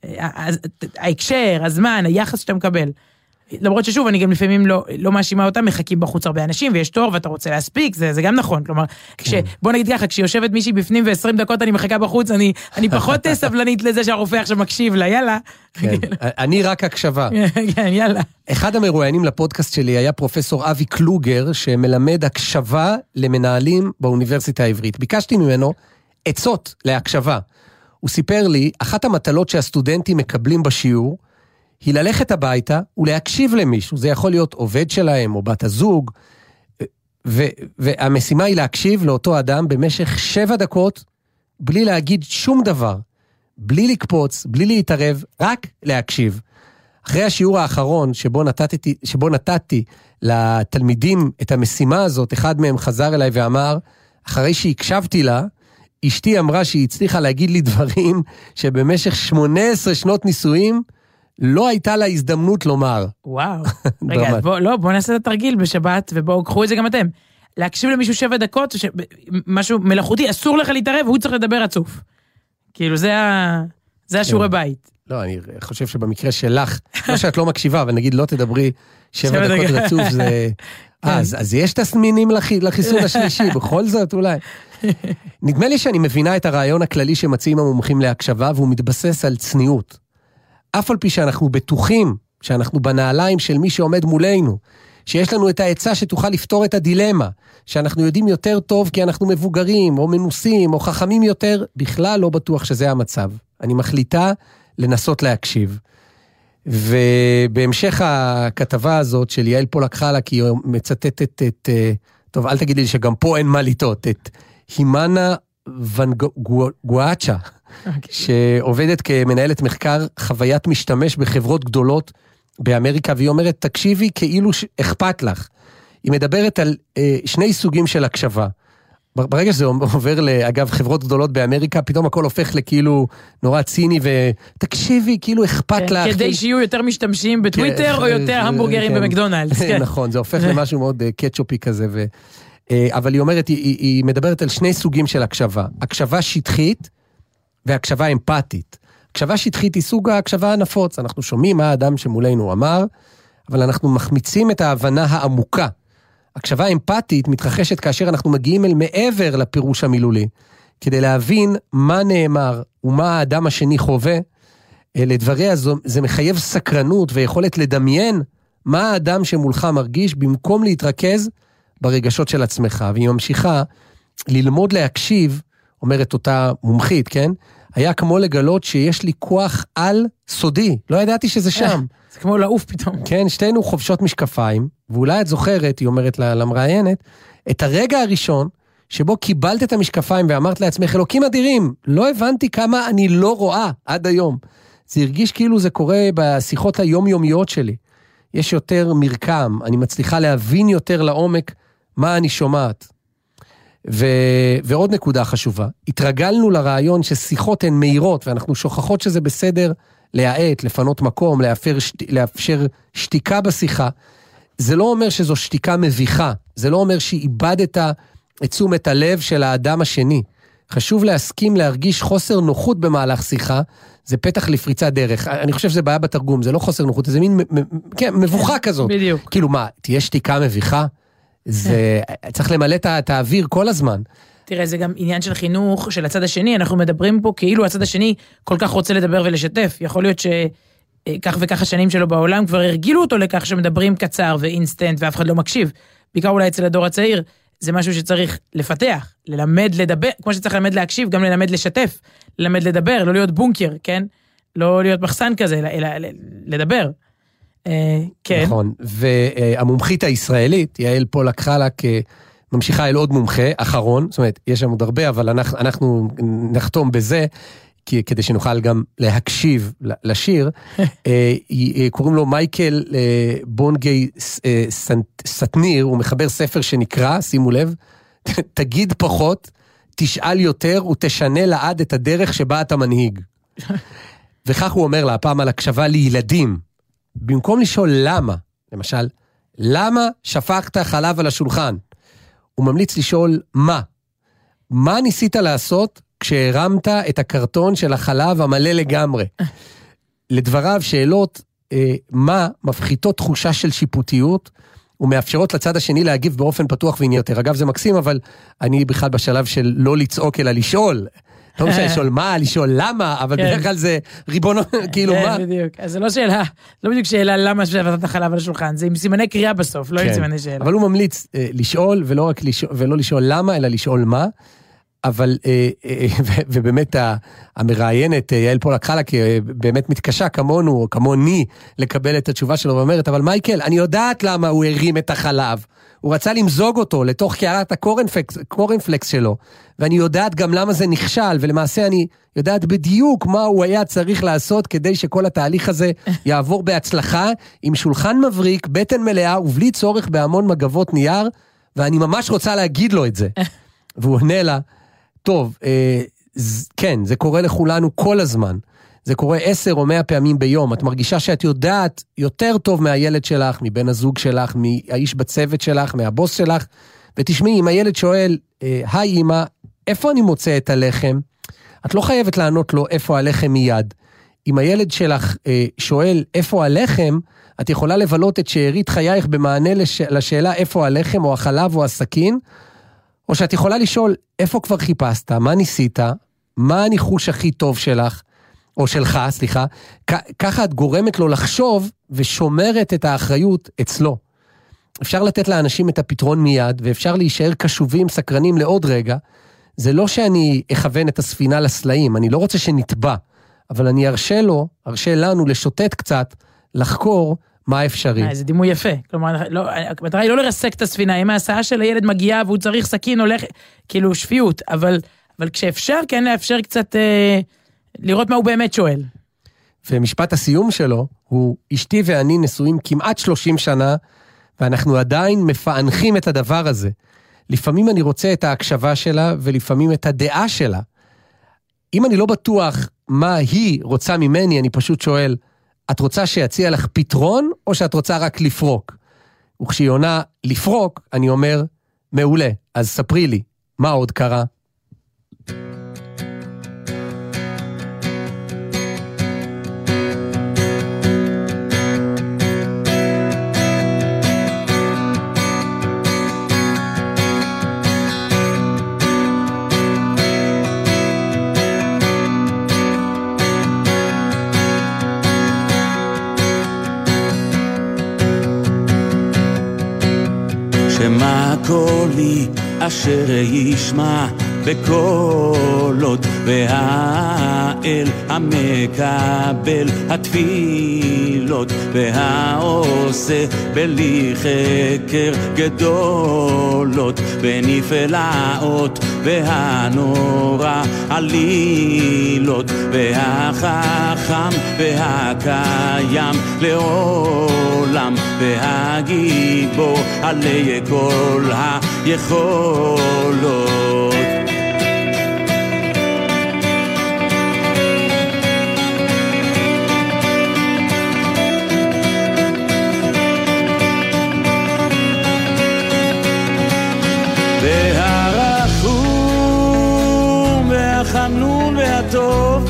ההקשר, הזמן, היחס שאתה מקבל. למרות ששוב, אני גם לפעמים לא, לא מאשימה אותם, מחכים בחוץ הרבה אנשים, ויש תור ואתה רוצה להספיק, זה, זה גם נכון. כלומר, כש, בוא נגיד ככה, כשיושבת מישהי בפנים ו-עשרים דקות אני מחכה בחוץ, אני, אני פחות סבלנית לזה שהרופא עכשיו מקשיב לה, יאללה. כן, אני רק הקשבה. כן, יאללה. אחד המרואיינים לפודקאסט שלי היה פרופסור אבי קלוגר, שמלמד הקשבה למנהלים באוניברסיטה העברית. ביקשתי ממנו עצות להקשבה. הוא סיפר לי, אחת המטלות שהסטודנטים מקבלים בשיעור, היא ללכת הביתה ולהקשיב למישהו. זה יכול להיות עובד שלהם או בת הזוג, ו- והמשימה היא להקשיב לאותו אדם במשך שבע דקות, בלי להגיד שום דבר, בלי לקפוץ, בלי להתערב, רק להקשיב. אחרי השיעור האחרון שבו נתתי, שבו נתתי לתלמידים את המשימה הזאת, אחד מהם חזר אליי ואמר, אחרי שהקשבתי לה, אשתי אמרה שהיא הצליחה להגיד לי דברים שבמשך שמונה עשרה שנות נישואים לא הייתה לה הזדמנות לומר. וואו. רגע, אז בוא, לא, בוא נעשה את התרגיל בשבת, ובואו, קחו את זה גם אתם. להקשיב למישהו שבע דקות, ש... משהו מלאכותי, אסור לך להתערב, והוא צריך לדבר רצוף. כאילו, זה, ה... זה השיעורי בית. לא, אני חושב שבמקרה שלך, לא שאת לא מקשיבה, אבל נגיד לא תדברי שבע דקות רצוף, זה... אז, אז יש תסמינים לחיסון השלישי, בכל זאת אולי. נדמה לי שאני מבינה את הרעיון הכללי שמציעים המומחים להקשבה, והוא מתבסס על צניעות. אף על פי שאנחנו בטוחים, שאנחנו בנעליים של מי שעומד מולנו, שיש לנו את העצה שתוכל לפתור את הדילמה, שאנחנו יודעים יותר טוב כי אנחנו מבוגרים, או מנוסים, או חכמים יותר, בכלל לא בטוח שזה המצב. אני מחליטה לנסות להקשיב. ובהמשך הכתבה הזאת של יעל פולק חלק, היא מצטטת את, טוב, אל תגידי לי שגם פה אין מה לטעות, את הימנה ונגואצ'ה, שעובדת כמנהלת מחקר חוויית משתמש בחברות גדולות באמריקה, והיא אומרת, תקשיבי כאילו אכפת לך. היא מדברת על אה, שני סוגים של הקשבה. ברגע שזה עובר, אגב, חברות גדולות באמריקה, פתאום הכל הופך לכאילו נורא ציני, ותקשיבי, כאילו אכפת כן, לך. כדי שיהיו יותר משתמשים בטוויטר, כן, או יותר כן, המבורגרים כן, במקדונלדס. כן. נכון, זה הופך למשהו מאוד קטשופי כזה. ו... אבל היא אומרת, היא, היא מדברת על שני סוגים של הקשבה. הקשבה שטחית, והקשבה אמפתית. הקשבה שטחית היא סוג ההקשבה הנפוץ. אנחנו שומעים מה האדם שמולנו אמר, אבל אנחנו מחמיצים את ההבנה העמוקה. הקשבה אמפתית מתרחשת כאשר אנחנו מגיעים אל מעבר לפירוש המילולי, כדי להבין מה נאמר ומה האדם השני חווה. לדבריה זה מחייב סקרנות ויכולת לדמיין מה האדם שמולך מרגיש, במקום להתרכז ברגשות של עצמך. והיא ממשיכה ללמוד להקשיב, אומרת אותה מומחית, כן? היה כמו לגלות שיש לי כוח על סודי. לא ידעתי שזה שם. זה כמו לעוף פתאום. כן, שתינו חובשות משקפיים, ואולי את זוכרת, היא אומרת למראיינת, את הרגע הראשון שבו קיבלת את המשקפיים ואמרת לעצמך, אלוקים אדירים, לא הבנתי כמה אני לא רואה עד היום. זה הרגיש כאילו זה קורה בשיחות היומיומיות שלי. יש יותר מרקם, אני מצליחה להבין יותר לעומק מה אני שומעת. ו... ועוד נקודה חשובה, התרגלנו לרעיון ששיחות הן מהירות, ואנחנו שוכחות שזה בסדר להעט, לפנות מקום, לאפשר, שת... לאפשר שתיקה בשיחה. זה לא אומר שזו שתיקה מביכה, זה לא אומר שאיבדת את תשומת הלב של האדם השני. חשוב להסכים להרגיש חוסר נוחות במהלך שיחה, זה פתח לפריצת דרך. אני חושב שזה בעיה בתרגום, זה לא חוסר נוחות, זה מין כן, מבוכה כזאת. בדיוק. כאילו מה, תהיה שתיקה מביכה? זה, צריך למלא את האוויר כל הזמן. תראה, זה גם עניין של חינוך של הצד השני, אנחנו מדברים פה כאילו הצד השני כל כך רוצה לדבר ולשתף, יכול להיות שכך וכך השנים שלו בעולם כבר הרגילו אותו לכך שמדברים קצר ואינסטנט ואף אחד לא מקשיב, בעיקר אולי אצל הדור הצעיר, זה משהו שצריך לפתח, ללמד לדבר, כמו שצריך ללמד להקשיב, גם ללמד לשתף, ללמד לדבר, לא להיות בונקר, כן? לא להיות מחסן כזה, אלא לדבר. כן. נכון, והמומחית הישראלית, יעל פולק חלק, ממשיכה אל עוד מומחה, אחרון, זאת אומרת, יש שם עוד הרבה, אבל אנחנו, אנחנו נחתום בזה, כי, כדי שנוכל גם להקשיב לשיר, קוראים לו מייקל בונגי סטניר, הוא מחבר ספר שנקרא, שימו לב, תגיד פחות, תשאל יותר, ותשנה לעד את הדרך שבה אתה מנהיג. וכך הוא אומר לה, הפעם על הקשבה לילדים, במקום לשאול למה, למשל, למה שפכת חלב על השולחן? הוא ממליץ לשאול מה. מה ניסית לעשות כשהרמת את הקרטון של החלב המלא לגמרי? לדבריו, שאלות אה, מה מפחיתות תחושה של שיפוטיות, ומאפשרות לצד השני להגיב באופן פתוח ועניין יותר. אגב, זה מקסים, אבל אני בכלל בשלב של לא לצעוק אלא לשאול. לא משנה לשאול מה, לשאול למה, אבל בדרך כלל זה ריבונו, כאילו מה. כן, בדיוק. אז זה לא שאלה, לא בדיוק שאלה למה שפתת החלב על השולחן, זה עם סימני קריאה בסוף, לא עם סימני שאלה. אבל הוא ממליץ לשאול, ולא לשאול למה, אלא לשאול מה, אבל, ובאמת המראיינת, יעל פולק חלק, באמת מתקשה כמונו, או כמוני, לקבל את התשובה שלו, ואומרת, אבל מייקל, אני יודעת למה הוא הרים את החלב, הוא רצה למזוג אותו לתוך קערת הקורנפלקס שלו, ואני יודעת גם למה זה נכשל, ולמעשה אני יודעת בדיוק מה הוא היה צריך לעשות, כדי שכל התהליך הזה יעבור בהצלחה, עם שולחן מבריק, בטן מלאה, ובלי צורך בהמון מגבות נייר, ואני ממש רוצה להגיד לו את זה. והוא עונה לה, טוב, אה, כן, זה קורה לכולנו כל הזמן, זה קורה עשר או מאה פעמים ביום, את מרגישה שאת יודעת יותר טוב מהילד שלך, מבן הזוג שלך, מהאיש בצוות שלך, מהבוס שלך, ותשמעי, אם הילד שואל, היי אמא, איפה אני מוצא את הלחם? את לא חייבת לענות לו איפה הלחם מיד. אם הילד שלך אה, שואל איפה הלחם, את יכולה לבלות את שארית חייך במענה לש... לשאלה איפה הלחם או החלב או הסכין, או שאת יכולה לשאול איפה כבר חיפשת, מה ניסית, מה הניחוש הכי טוב שלך, או שלך, סליחה, כ- ככה את גורמת לו לחשוב ושומרת את האחריות אצלו. אפשר לתת לאנשים את הפתרון מיד, ואפשר להישאר קשובים, סקרנים לעוד רגע. זה לא שאני אכוון את הספינה לסלעים, אני לא רוצה שנטבע, אבל אני ארשה לו, ארשה לנו לשוטט קצת, לחקור מה אפשרי. זה דימוי יפה. כלומר, המטרה היא לא לרסק את הספינה, אם ההסעה של הילד מגיעה והוא צריך סכין, הולך, כאילו שפיות, אבל, אבל כשאפשר, כן לאפשר קצת אה, לראות מה הוא באמת שואל. ומשפט הסיום שלו, הוא אשתי ואני נשואים כמעט שלושים שנה, ואנחנו עדיין מפענחים את הדבר הזה. לפעמים אני רוצה את ההקשבה שלה, ולפעמים את הדעה שלה. אם אני לא בטוח מה היא רוצה ממני, אני פשוט שואל, את רוצה שיציע לך פתרון, או שאת רוצה רק לפרוק? וכשהיא עונה לפרוק, אני אומר, מעולה, אז ספרי לי, מה עוד קרה? שמה קולי אשר ישמע בקולות, והאל המקבל התפילות, והעושה בלי חקר גדולות, בנפלאות והנורא עלילות, והחכם והקיים לעולם, והגיבור עלי כל היכולות. והרחום והחנון והטוב,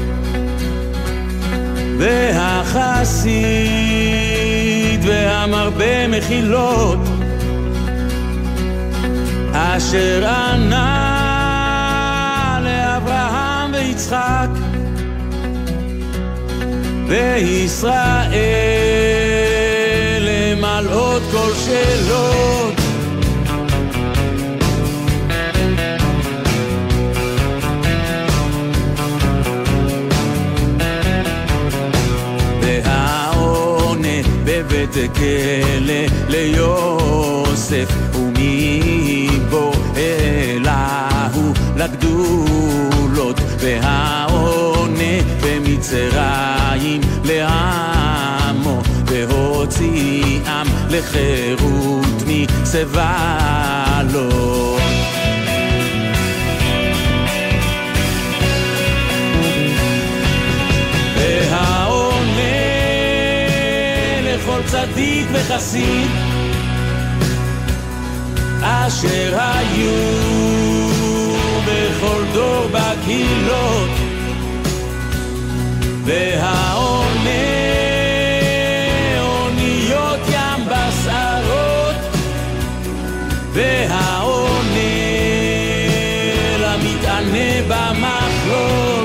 והחסיד והמרבה מחילות, אשר ענה לאברהם ויצחק וישראל למלאות כל שאלות. והעונה בבית הכלא ליוסף, ומבוא אליהו לגדולות, והעונה במצרים לעמו, והוציאם לחירות מסבלות. והעונה לכל צדיק וחסיד, אשר היו בכל דור בקהילות, והעונה אוניות ים בשערות, והעונה למתענה במחלות,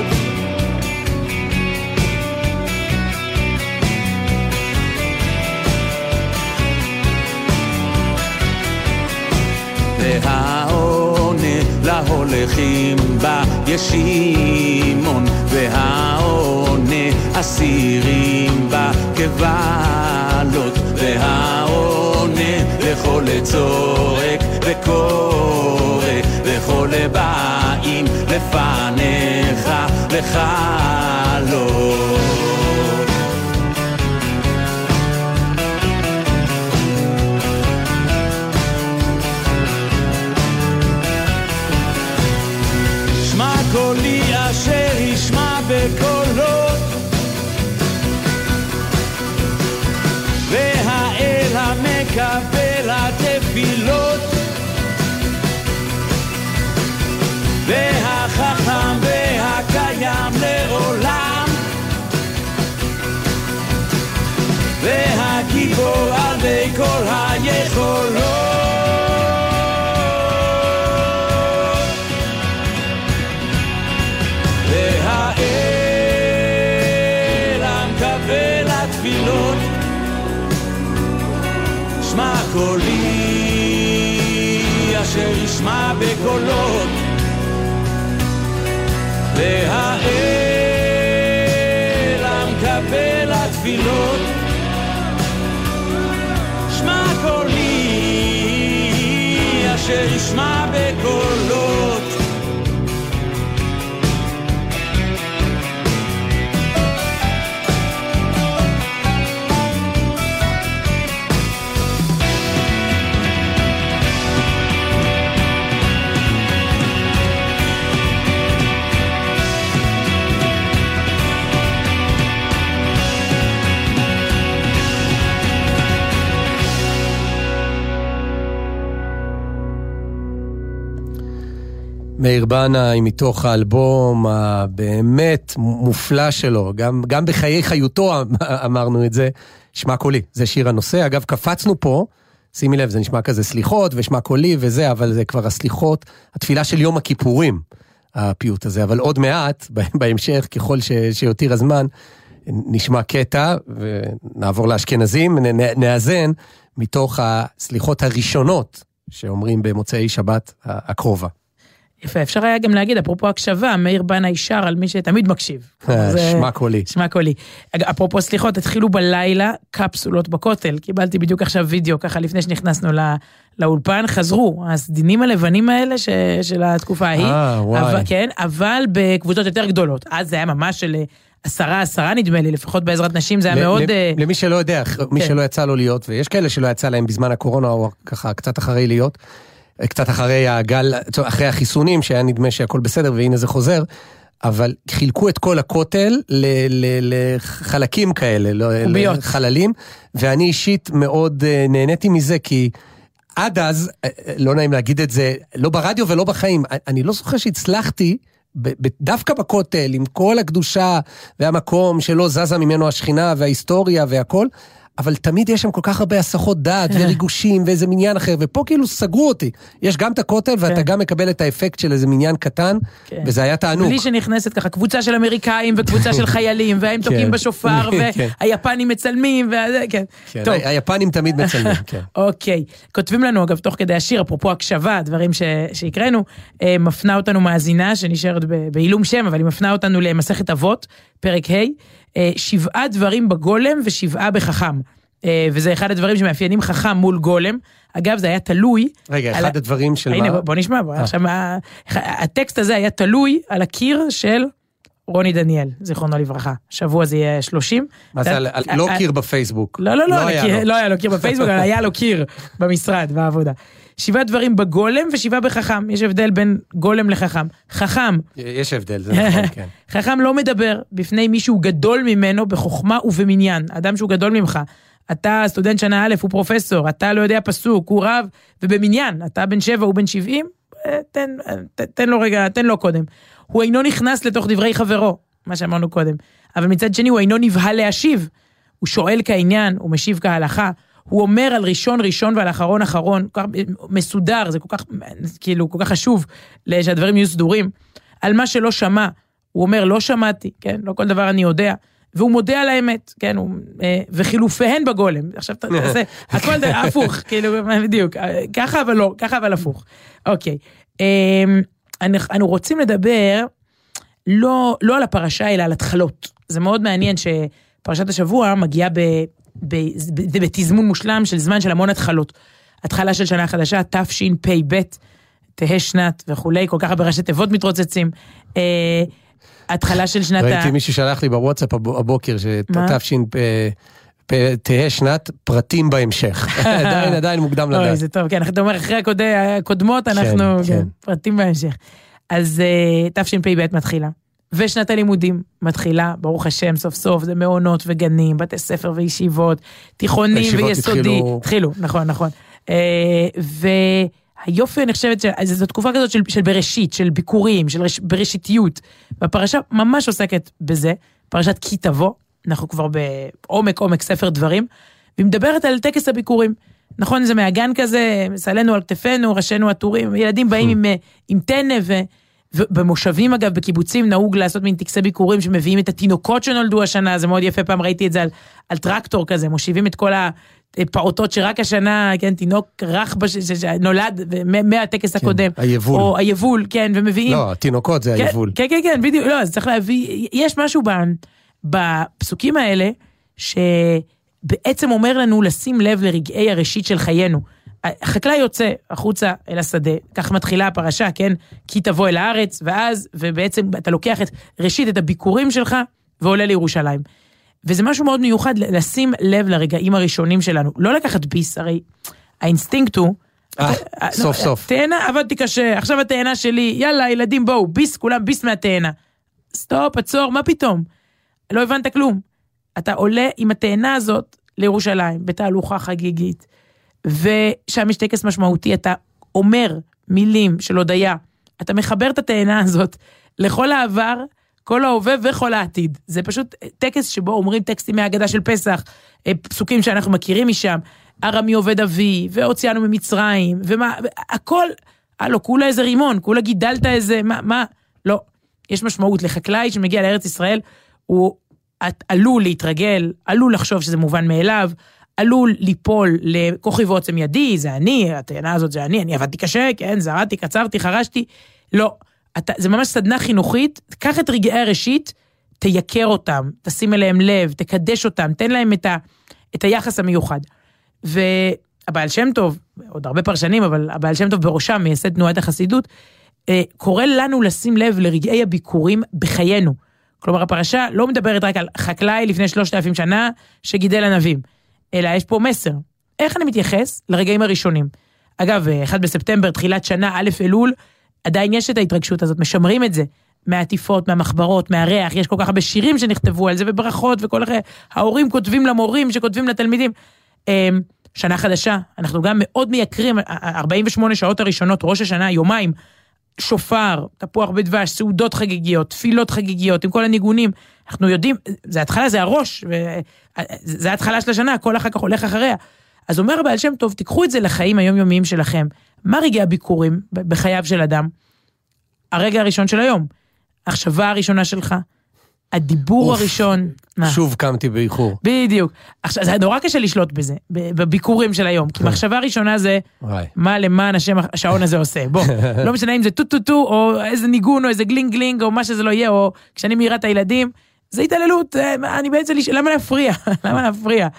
והעונה להולכים בישימון, והעונה אסירים בקבלות, והעונה לכל צורק וקורא, וכל באים לפניך לחלות. קולי אשר ישמע בקולות, והאל המקבל התפילות, והחכם והקיים לעולם, גיבור עלי כל היכולות. והאל המקבל התפילות, שמע קולי אשר ישמע בקולות. והאל המקבל התפילות, שמע קולי אשר ישמע בקולות. מאיר בנה היא מתוך האלבום הבאמת מופלא שלו, גם, גם בחיי חיותו אמרנו את זה, שמע קולי, זה שיר הנושא. אגב, קפצנו פה, שימי לב, זה נשמע כזה סליחות ושמע קולי וזה, אבל זה כבר הסליחות, התפילה של יום הכיפורים, הפיוט הזה, אבל עוד מעט, בהמשך, ככל ש, שיותיר הזמן, נשמע קטע, ונעבור לאשכנזים, נאזן מתוך הסליחות הראשונות, שאומרים במוצאי שבת הקרובה. יפה, אפשר היה גם להגיד, אפרופו הקשבה, מאיר בנה ישר על מי שתמיד מקשיב. שמע קולי. שמע קולי. אפרופו סליחות, התחילו בלילה קפסולות בכותל, קיבלתי בדיוק עכשיו וידאו, ככה לפני שנכנסנו לאולפן, חזרו, הסדינים הלבנים האלה של התקופה ההיא, כן, אבל בקבוצות יותר גדולות. אז זה היה ממש של עשרה, עשרה נדמה לי, לפחות בעזרת נשים, זה היה מאוד... למי שלא יודע, מי שלא יצא לו להיות, ויש כאלה שלא יצא להם בזמן הקורונה, או ככה קצת אחרי להיות, קצת אחרי הגל, אחרי החיסונים, שהיה נדמה שהכל בסדר, והנה זה חוזר, אבל חילקו את כל הכותל לחלקים כאלה, לחללים, ואני אישית מאוד נהניתי מזה, כי עד אז, לא נעים להגיד את זה, לא ברדיו ולא בחיים, אני לא זוכר שהצלחתי, דווקא בכותל, עם כל הקדושה והמקום שלא זזה ממנו השכינה וההיסטוריה והכל, אבל תמיד יש שם כל כך הרבה הסחות דעת וריגושים ואיזה מניין אחר, ופה כאילו סגרו אותי. יש גם את הכותל ואתה גם מקבל את האפקט של איזה מניין קטן, וזה היה תענוג. בלי שנכנסת ככה קבוצה של אמריקאים וקבוצה של חיילים, והם תוקעים בשופר, והיפנים מצלמים, כן. היפנים תמיד מצלמים, כן. אוקיי. כותבים לנו, אגב, תוך כדי השיר, אפרופו הקשבה, דברים שהקראנו, מפנה אותנו מאזינה, שנשארת בעילום שם, אבל היא מפנה אותנו למסכת אבות, פרק ה', שבעה דברים בגולם ושבעה בחכם. וזה אחד הדברים שמאפיינים חכם מול גולם. אגב, זה היה תלוי... רגע, אחד על... הדברים של הנה, מה? בוא נשמע. בוא. עכשיו, מה... הטקסט הזה היה תלוי על הקיר של רוני דניאל, זיכרונו לברכה. שבוע זה יהיה שלושים. מה זה, על... לא קיר בפייסבוק? לא, לא, לא, לא, היה, לו. לא היה לו קיר בפייסבוק, אבל היה לו קיר במשרד, בעבודה. שבעה דברים בגולם ושבעה בחכם. יש הבדל בין גולם לחכם. חכם. יש הבדל, זה נכון, כן. חכם לא מדבר בפני מישהו גדול ממנו בחוכמה ובמניין. אדם שהוא גדול ממך. אתה סטודנט שנה א', הוא פרופסור, אתה לא יודע פסוק, הוא רב, ובמניין, אתה בן שבע, הוא בן שבעים, תן, תן, תן לו רגע, תן לו קודם. הוא אינו נכנס לתוך דברי חברו, מה שאמרנו קודם. אבל מצד שני, הוא אינו נבהל להשיב. הוא שואל כעניין, הוא משיב כהלכה, הוא אומר על ראשון ראשון ועל אחרון אחרון, כל כך מסודר, זה כל כך, כאילו, כל כך חשוב, שהדברים יהיו סדורים. על מה שלא שמע, הוא אומר, לא שמעתי, כן, לא כל דבר אני יודע, והוא מודה על האמת, כן, הוא, וחילופיהן בגולם, עכשיו אתה עושה, הכל הפוך, כאילו, בדיוק, ככה אבל לא, ככה אבל הפוך. אוקיי, אנחנו רוצים לדבר, לא, לא על הפרשה, אלא על התחלות. זה מאוד מעניין שפרשת השבוע מגיעה ב... בתזמון מושלם של זמן של המון התחלות. התחלה של שנה חדשה, תשפ"ב, תהא שנת וכולי, כל כך בראשי תיבות מתרוצצים. התחלה של שנת... ראיתי מישהו שלח לי בוואטסאפ הבוקר, שתהא שנת פרטים בהמשך. עדיין, עדיין מוקדם לדעת. אוי, זה טוב, כן, אתה אומר, אחרי הקודמות אנחנו פרטים בהמשך. אז תשפ"ב מתחילה. ושנת הלימודים מתחילה, ברוך השם, סוף סוף, זה מעונות וגנים, בתי ספר וישיבות, תיכונים ויסודי. התחילו, נכון, נכון. והיופי, אני חושבת, זו תקופה כזאת של, של בראשית, של ביקורים, של רש, בראשיתיות. והפרשה ממש עוסקת בזה, פרשת כי תבוא, אנחנו כבר בעומק עומק ספר דברים, והיא מדברת על טקס הביקורים. נכון, זה מהגן כזה, סלנו על כתפינו, ראשינו עטורים, ילדים באים עם, עם טנא, ו, ובמושבים אגב, בקיבוצים, נהוג לעשות מין טקסי ביקורים, שמביאים את התינוקות שנולדו השנה, זה מאוד יפה, פעם ראיתי את זה על, על טרקטור כזה, מושיבים את כל הפעוטות שרק השנה, כן, תינוק רך בש, שנולד מהטקס כן, הקודם. היבול. או היבול, כן, ומביאים. לא, התינוקות זה כן, היבול. כן, כן, כן, בדיוק, לא, אז צריך להביא, יש משהו בפסוקים האלה, ש... בעצם אומר לנו לשים לב לרגעי הראשית של חיינו. החקלאי יוצא החוצה אל השדה, כך מתחילה הפרשה, כן? כי תבוא אל הארץ, ואז, ובעצם אתה לוקח את ראשית, את הביקורים שלך, ועולה לירושלים. וזה משהו מאוד מיוחד, לשים לב לרגעים הראשונים שלנו. לא לקחת ביס, הרי האינסטינקט הוא, אה, סוף סוף. תאנה, עבדתי קשה, עכשיו התאנה שלי, יאללה, ילדים, בואו, ביס, כולם ביס מהתאנה. סטופ, עצור, מה פתאום? לא הבנת כלום. אתה עולה עם התאנה הזאת לירושלים, בתהלוכה חגיגית, ושם יש טקס משמעותי, אתה אומר מילים של הודיה, אתה מחבר את התאנה הזאת לכל העבר, כל ההווה וכל העתיד. זה פשוט טקס שבו אומרים טקסטים מהאגדה של פסח, פסוקים שאנחנו מכירים משם, ארמי עובד אבי, והוציאנו ממצרים, ומה, הכל, הלו, כולה איזה רימון, כולה גידלת איזה, מה, מה, לא, יש משמעות לחקלאי שמגיע לארץ ישראל, הוא עלול להתרגל, עלול לחשוב שזה מובן מאליו, עלול ליפול לכוחי ועוצם ידי, זה אני, התאנה הזאת זה אני, אני עבדתי קשה, כן, זרעתי, קצרתי, חרשתי, לא, אתה, זה ממש סדנה חינוכית, קח את רגעי הראשית, תייקר אותם, תשים אליהם לב, תקדש אותם, תן להם את, ה, את היחס המיוחד. והבעל שם טוב, עוד הרבה פרשנים, אבל הבעל שם טוב בראשם, מייסד תנועת החסידות, קורא לנו לשים לב לרגעי הביקורים בחיינו. כלומר, הפרשה לא מדברת רק על חקלאי לפני שלושת אלפים שנה שגידל ענבים, אלא יש פה מסר. איך אני מתייחס לרגעים הראשונים? אגב, אחד בספטמבר, תחילת שנה, א' אלול, עדיין יש את ההתרגשות הזאת, משמרים את זה, מהעטיפות, מהמחברות, מהריח, יש כל כך הרבה שירים שנכתבו על זה, וברכות, וכל אחרי, ההורים כותבים למורים, שכותבים לתלמידים. שנה חדשה, אנחנו גם מאוד מייקרים, ארבעים ושמונה שעות הראשונות, ראש השנה, יומיים, שופר, תפוח בדבש, סעודות חגיגיות, תפילות חגיגיות, עם כל הניגונים, אנחנו יודעים, זה התחלה, זה הראש, זה ההתחלה של השנה, כל אחר כך הולך אחריה. אז אומר הבעל שם טוב, תיקחו את זה לחיים היומיומיים שלכם. מה רגעי הביקורים בחייו של אדם? הרגע הראשון של היום, החשבה הראשונה שלך, הדיבור הראשון. שוב קמתי באיחור. בדיוק. עכשיו, זה נורא קשה לשלוט בזה, בביקורים של היום, כי מחשבה ראשונה זה, מה למען השם השעון הזה עושה. בוא, לא משנה אם זה טו-טו-טו, או איזה ניגון, או איזה גלינג-גלינג, או מה שזה לא יהיה, או כשאני מעירה את הילדים, זה התעללות, אני בעצם, למה להפריע? למה להפריע?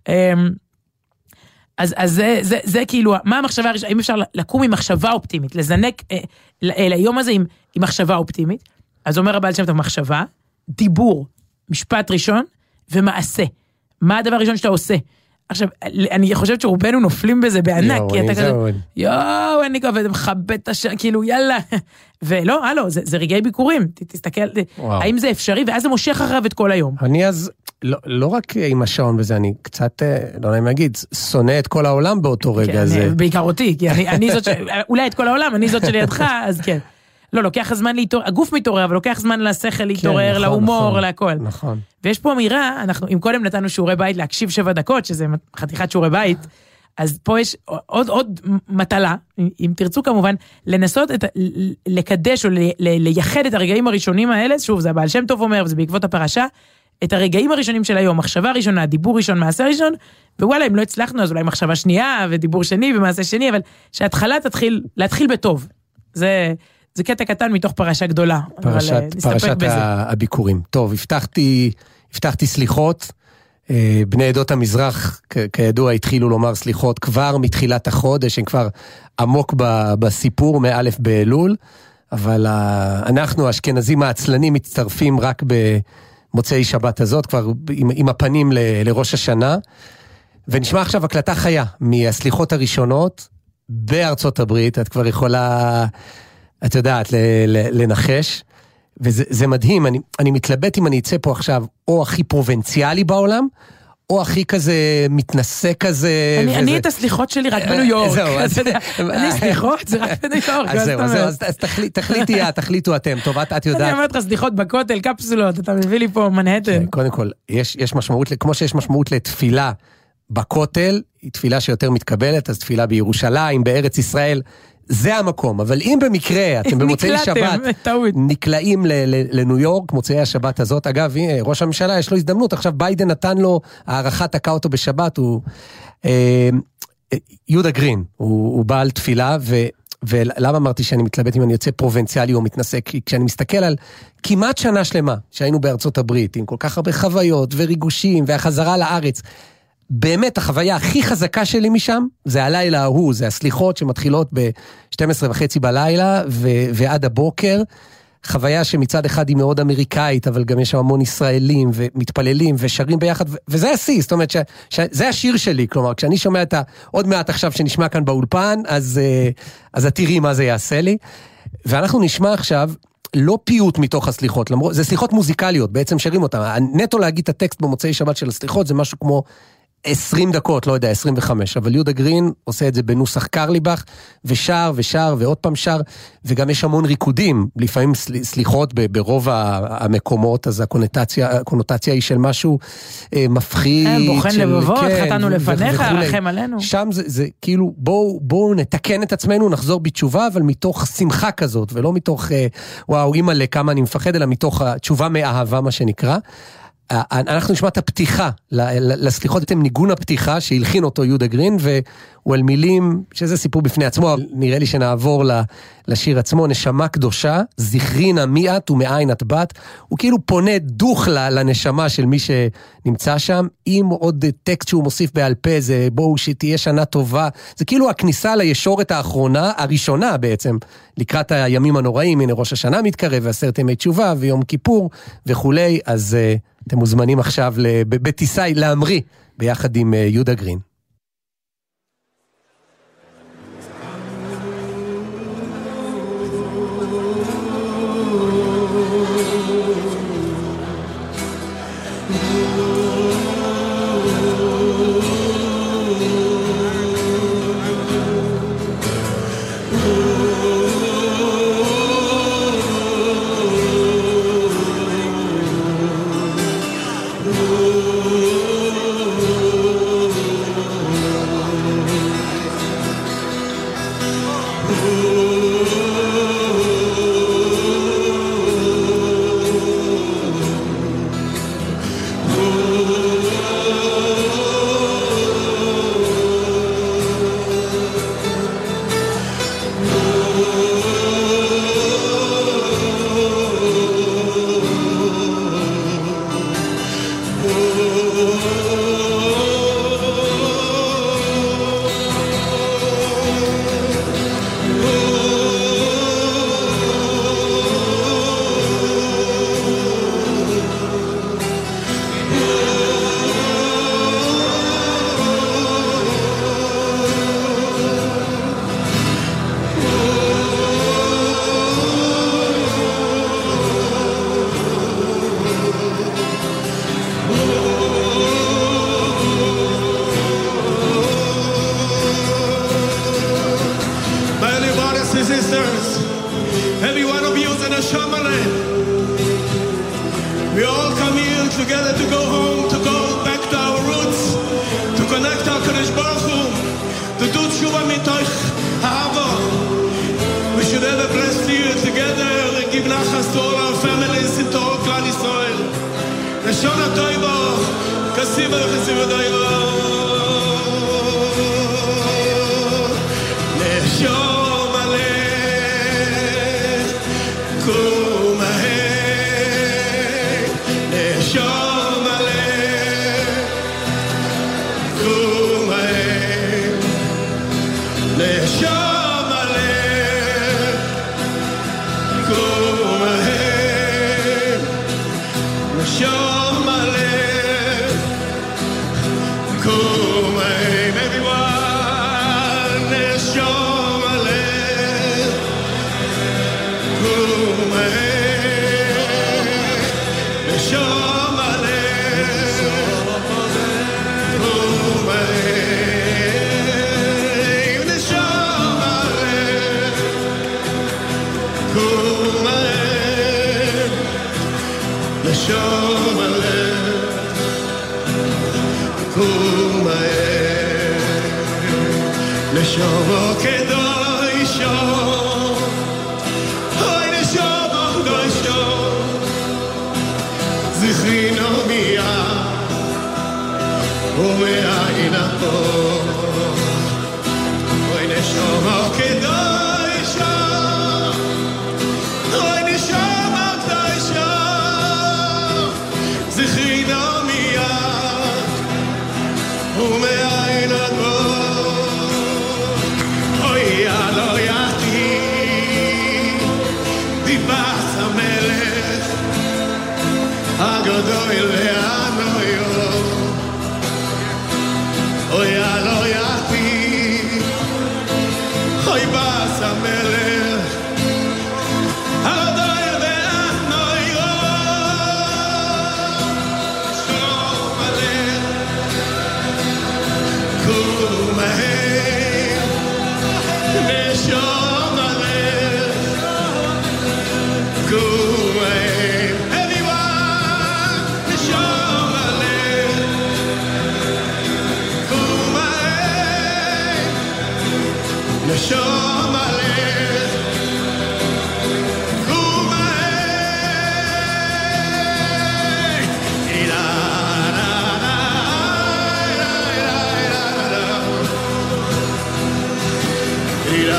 אז, אז זה, זה, זה כאילו, מה המחשבה הראשונה? אם אפשר לקום עם מחשבה אופטימית, לזנק ליום הזה עם, עם מחשבה אופטימית, אז אומר הבעל שם טוב, מחשבה, דיבור, משפט ראשון, ומעשה. מה הדבר הראשון שאתה עושה? עכשיו, אני חושבת שרובנו נופלים בזה בענק, יו, כי אתה כזה, עוד. יואו, אני כזה מכבד את השם, כאילו, יאללה. ולא, הלו, זה, זה רגעי ביקורים, תסתכל, וואו. האם זה אפשרי, ואז זה מושך אחריו את כל היום. אני אז, לא, לא רק עם השעון וזה, אני קצת, לא יודע אם להגיד, שונא את כל העולם באותו רגע הזה. בעיקר אותי, כי אני, אני זאת ש... אולי את כל העולם, אני זאת שלידך, אז כן. לא, לוקח זמן להתעורר, הגוף מתעורר, אבל לוקח זמן לשכל להתעורר, להומור, להכל. נכון. ויש פה אמירה, אנחנו, אם קודם נתנו שיעורי בית להקשיב שבע דקות, שזה חתיכת שיעורי בית, אז פה יש עוד, עוד מטלה, אם תרצו כמובן, לנסות את, לקדש או לייחד את הרגעים הראשונים האלה, שוב, זה הבעל שם טוב אומר, וזה בעקבות הפרשה, את הרגעים הראשונים של היום, מחשבה ראשונה, דיבור ראשון, מעשה ראשון, ווואלה, אם לא הצלחנו, אז אולי מחשבה שנייה, ודיבור שני, ומעשה שני, אבל שההתחלה תתחיל, להתחיל בטוב. זה... זה קטע קטן מתוך פרשה גדולה. פרשת, פרשת הביקורים. טוב, הבטחתי, הבטחתי סליחות. בני עדות המזרח, כידוע, התחילו לומר סליחות כבר מתחילת החודש, הם כבר עמוק בסיפור מאלף באלול, אבל אנחנו, האשכנזים העצלנים, מצטרפים רק במוצאי שבת הזאת, כבר עם, עם הפנים ל, לראש השנה, ונשמע עכשיו הקלטה חיה מהסליחות הראשונות בארצות הברית, את כבר יכולה... את יודעת, לנחש, וזה מדהים, אני, אני מתלבט אם אני אצא פה עכשיו, או הכי פרובינציאלי בעולם, או הכי כזה מתנסה כזה. אני, וזה... אני את הסליחות שלי רק בניו יורק. זהו, אז... אני סליחות, זה רק בניו יורק. אז זהו, אז, אז, אז תחליט, תחליטי, תחליטו אתם, טוב, את, את יודעת. אני אומרת לך סליחות בכותל, קפסולות, אתה מביא לי פה מנהטן. קודם כל, יש, יש משמעות, כמו שיש משמעות לתפילה, בכותל, היא תפילה שיותר מתקבלת, אז תפילה בירושלים, בארץ ישראל, זה המקום, אבל אם במקרה אתם במוצאי שבת נקלעים לניו יורק, מוצאי השבת הזאת, אגב, ראש הממשלה יש לו הזדמנות, עכשיו ביידן נתן לו הערכה, תקע אותו בשבת, הוא יהודה גרין, הוא בעל תפילה, ולמה אמרתי שאני מתלבט אם אני יוצא פרובינציאלי או מתנסה, כי כשאני מסתכל על כמעט שנה שלמה שהיינו בארצות הברית, עם כל כך הרבה חוויות וריגושים והחזרה לארץ, באמת החוויה הכי חזקה שלי משם, זה הלילה ההוא, זה הסליחות שמתחילות ב-שתים עשרה וחצי בלילה ו- ועד הבוקר, חוויה שמצד אחד היא מאוד אמריקאית, אבל גם יש שם המון ישראלים ומתפללים ושרים ביחד, ו- וזה השיא, זאת אומרת שזה השיר שלי, כלומר, כשאני שומע את ה... עוד מעט עכשיו שנשמע כאן באולפן, אז, אז תראי מה זה יעשה לי, ואנחנו נשמע עכשיו לא פיוט מתוך הסליחות, למרות, זה סליחות מוזיקליות, בעצם שרים אותם, נטו להגיד את הטקסט במוצאי שבת של הסליחות, זה משהו כמו עשרים דקות, לא יודע, עשרים וחמש, אבל יהודה גרין עושה את זה בנוסח קרליבך, ושר ושר ועוד פעם שר, וגם יש המון ריקודים, לפעמים סליחות ברוב המקומות, אז הקונוטציה, הקונוטציה היא של משהו מפחיד. בוחן לבבות, חתנו לפניך, רחם עלינו. שם זה, זה כאילו, בואו, בואו נתקן את עצמנו, נחזור בתשובה, אבל מתוך שמחה כזאת, ולא מתוך, וואו, אימא לכמה אני מפחד, אלא מתוך התשובה מאהבה, מה שנקרא. אנחנו נשמע את הפתיחה, לסליחות אתם ניגון הפתיחה שהלחין אותו יהודה גרין, והוא על מילים, שזה סיפור בפני עצמו, נראה לי שנעבור לשיר עצמו, נשמה קדושה, זכרינה מי את ומאין את בת, הוא כאילו פונה דוך לנשמה של מי שנמצא שם, עם עוד טקסט שהוא מוסיף בעל פה, זה בואו שתהיה שנה טובה, זה כאילו הכניסה לישורת האחרונה, הראשונה בעצם, לקראת הימים הנוראים, הנה ראש השנה מתקרב, ועשרת ימי תשובה, ויום כיפור וכולי, אז אתם מוזמנים עכשיו בטיסה להמריא, ביחד עם יהודה גרין. Show my love, cool my נשומו כדוישו, אוי נשומו כדוישו, זכרינו מיד ומאין הכל, אוי נשומו כדוישו, אוי נשומו כדוישו, זכרינו מיד ומאין הכל, אוי לא יחתי דיבס המלך הגדול והנויו, אוי לא יחתי אוי בס המלך הגדול והנויו, שלום עליך קומהם נשום עליך קומהם, everyone נשום עליך קומהם נשום עליך קומהם, אילה לה לה אילה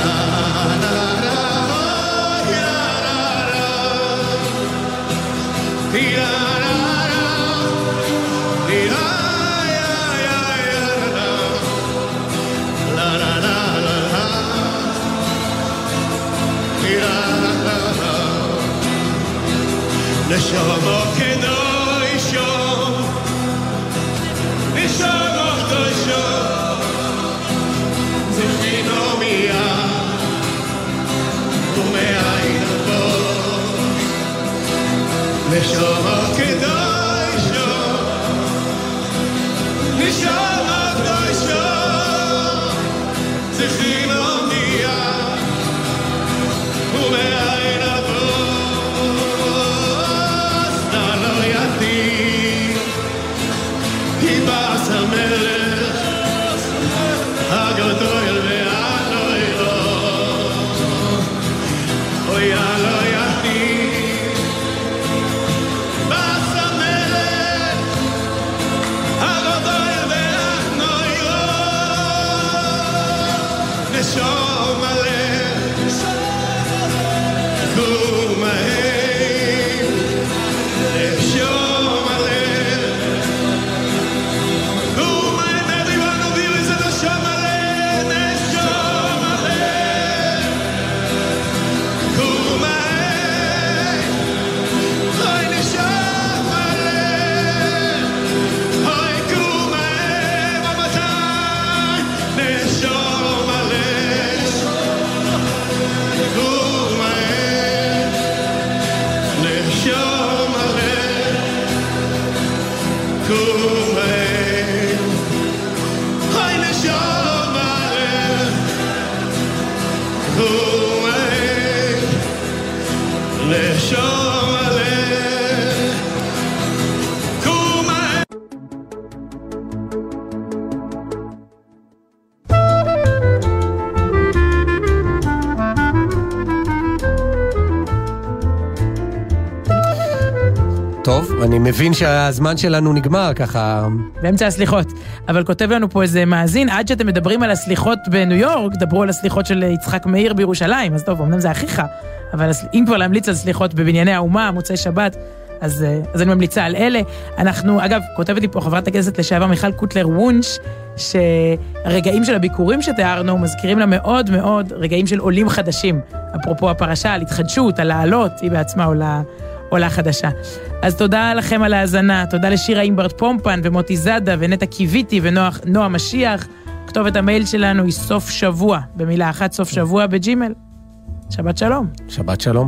נשומו כדוישו, נשומו כדוישו, זכרינו מיד ומאין הכל, נשומו כדוישו, נשומו כדוישו, זכרינו מיד ומאין הכל, היבס המלך הגדול והנוירו, אוי לא יחתי בס המלך הגדול והנוירו, נשום עליך קומהם נשום טוב, אני מבין שהזמן שלנו נגמר ככה. באמצע הסליחות. אבל כותב לנו פה איזה מאזין, עד שאתם מדברים על הסליחות בניו יורק, דברו על הסליחות של יצחק מאיר בירושלים, אז טוב, אמנם זה אחיך, אבל אם כבר להמליץ על סליחות בבנייני האומה, מוצאי שבת, אז, אז אני ממליצה על אלה. אנחנו, אגב, כותבת לי פה חברת הכנסת לשעבר מיכל קוטלר וונש, שהרגעים של הביקורים שתיארנו מזכירים לה מאוד מאוד רגעים של עולים חדשים. אפרופו הפרשה, על התחדשות, על לעלות, היא בעצמה עולה, עולה חדשה. אז תודה לכם על ההאזנה, תודה לשירה אימברט פומפן ומוטי זאדה ונטע קיוויתי ונועה משיח. כתובת המייל שלנו היא סוף שבוע, במילה אחת סוף שבוע בג'ימל. שבת שלום. שבת שלום.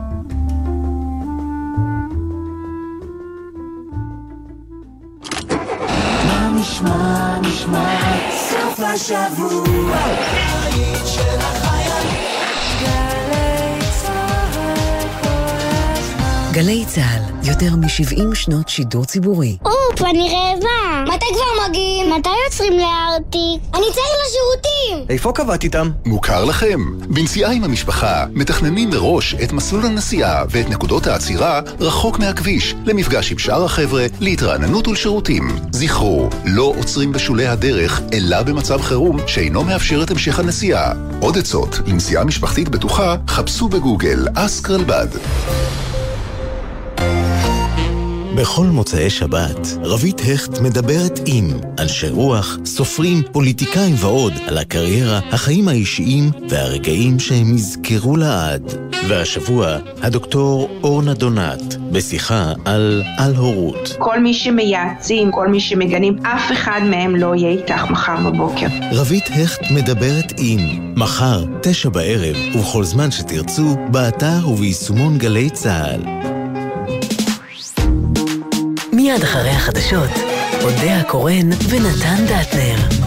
מה נשמע, נשמע, סוף השבוע, העיד של החייל. גלי צהל כל הזמן. גלי צהל, יותר מ-שבעים שנות שידור ציבורי. אופס! פאפ, אני רעבה. מתי כבר מגיעים? מתי יוצרים לארטיק? אני צריך לשירותים. איפה קבעת איתם? מוכר לכם. בנסיעה עם המשפחה מתכננים מראש את מסלול הנסיעה ואת נקודות העצירה רחוק מהכביש, למפגש עם שאר החבר'ה, להתרעננות ולשירותים. זכרו, לא עוצרים בשולי הדרך, אלא במצב חירום שאינו מאפשר את המשך הנסיעה. עוד עצות לנסיעה משפחתית בטוחה, חפשו בגוגל אסק רלב"ד. בכל מוצאי שבת, רבית הכט מדברת עם אנשי רוח, סופרים, פוליטיקאים ועוד על הקריירה, החיים האישיים והרגעים שהם יזכרו לעד. והשבוע, הדוקטור אורנה דונת, בשיחה על על הורות. כל מי שמייעצים, כל מי שמגנים, אף אחד מהם לא יהיה איתך מחר בבוקר. רבית הכט מדברת עם מחר, תשע בערב, ובכל זמן שתרצו, באתר וביישומון גלי צהל. מיד אחרי החדשות, אודיה קורן ונתן דטנר.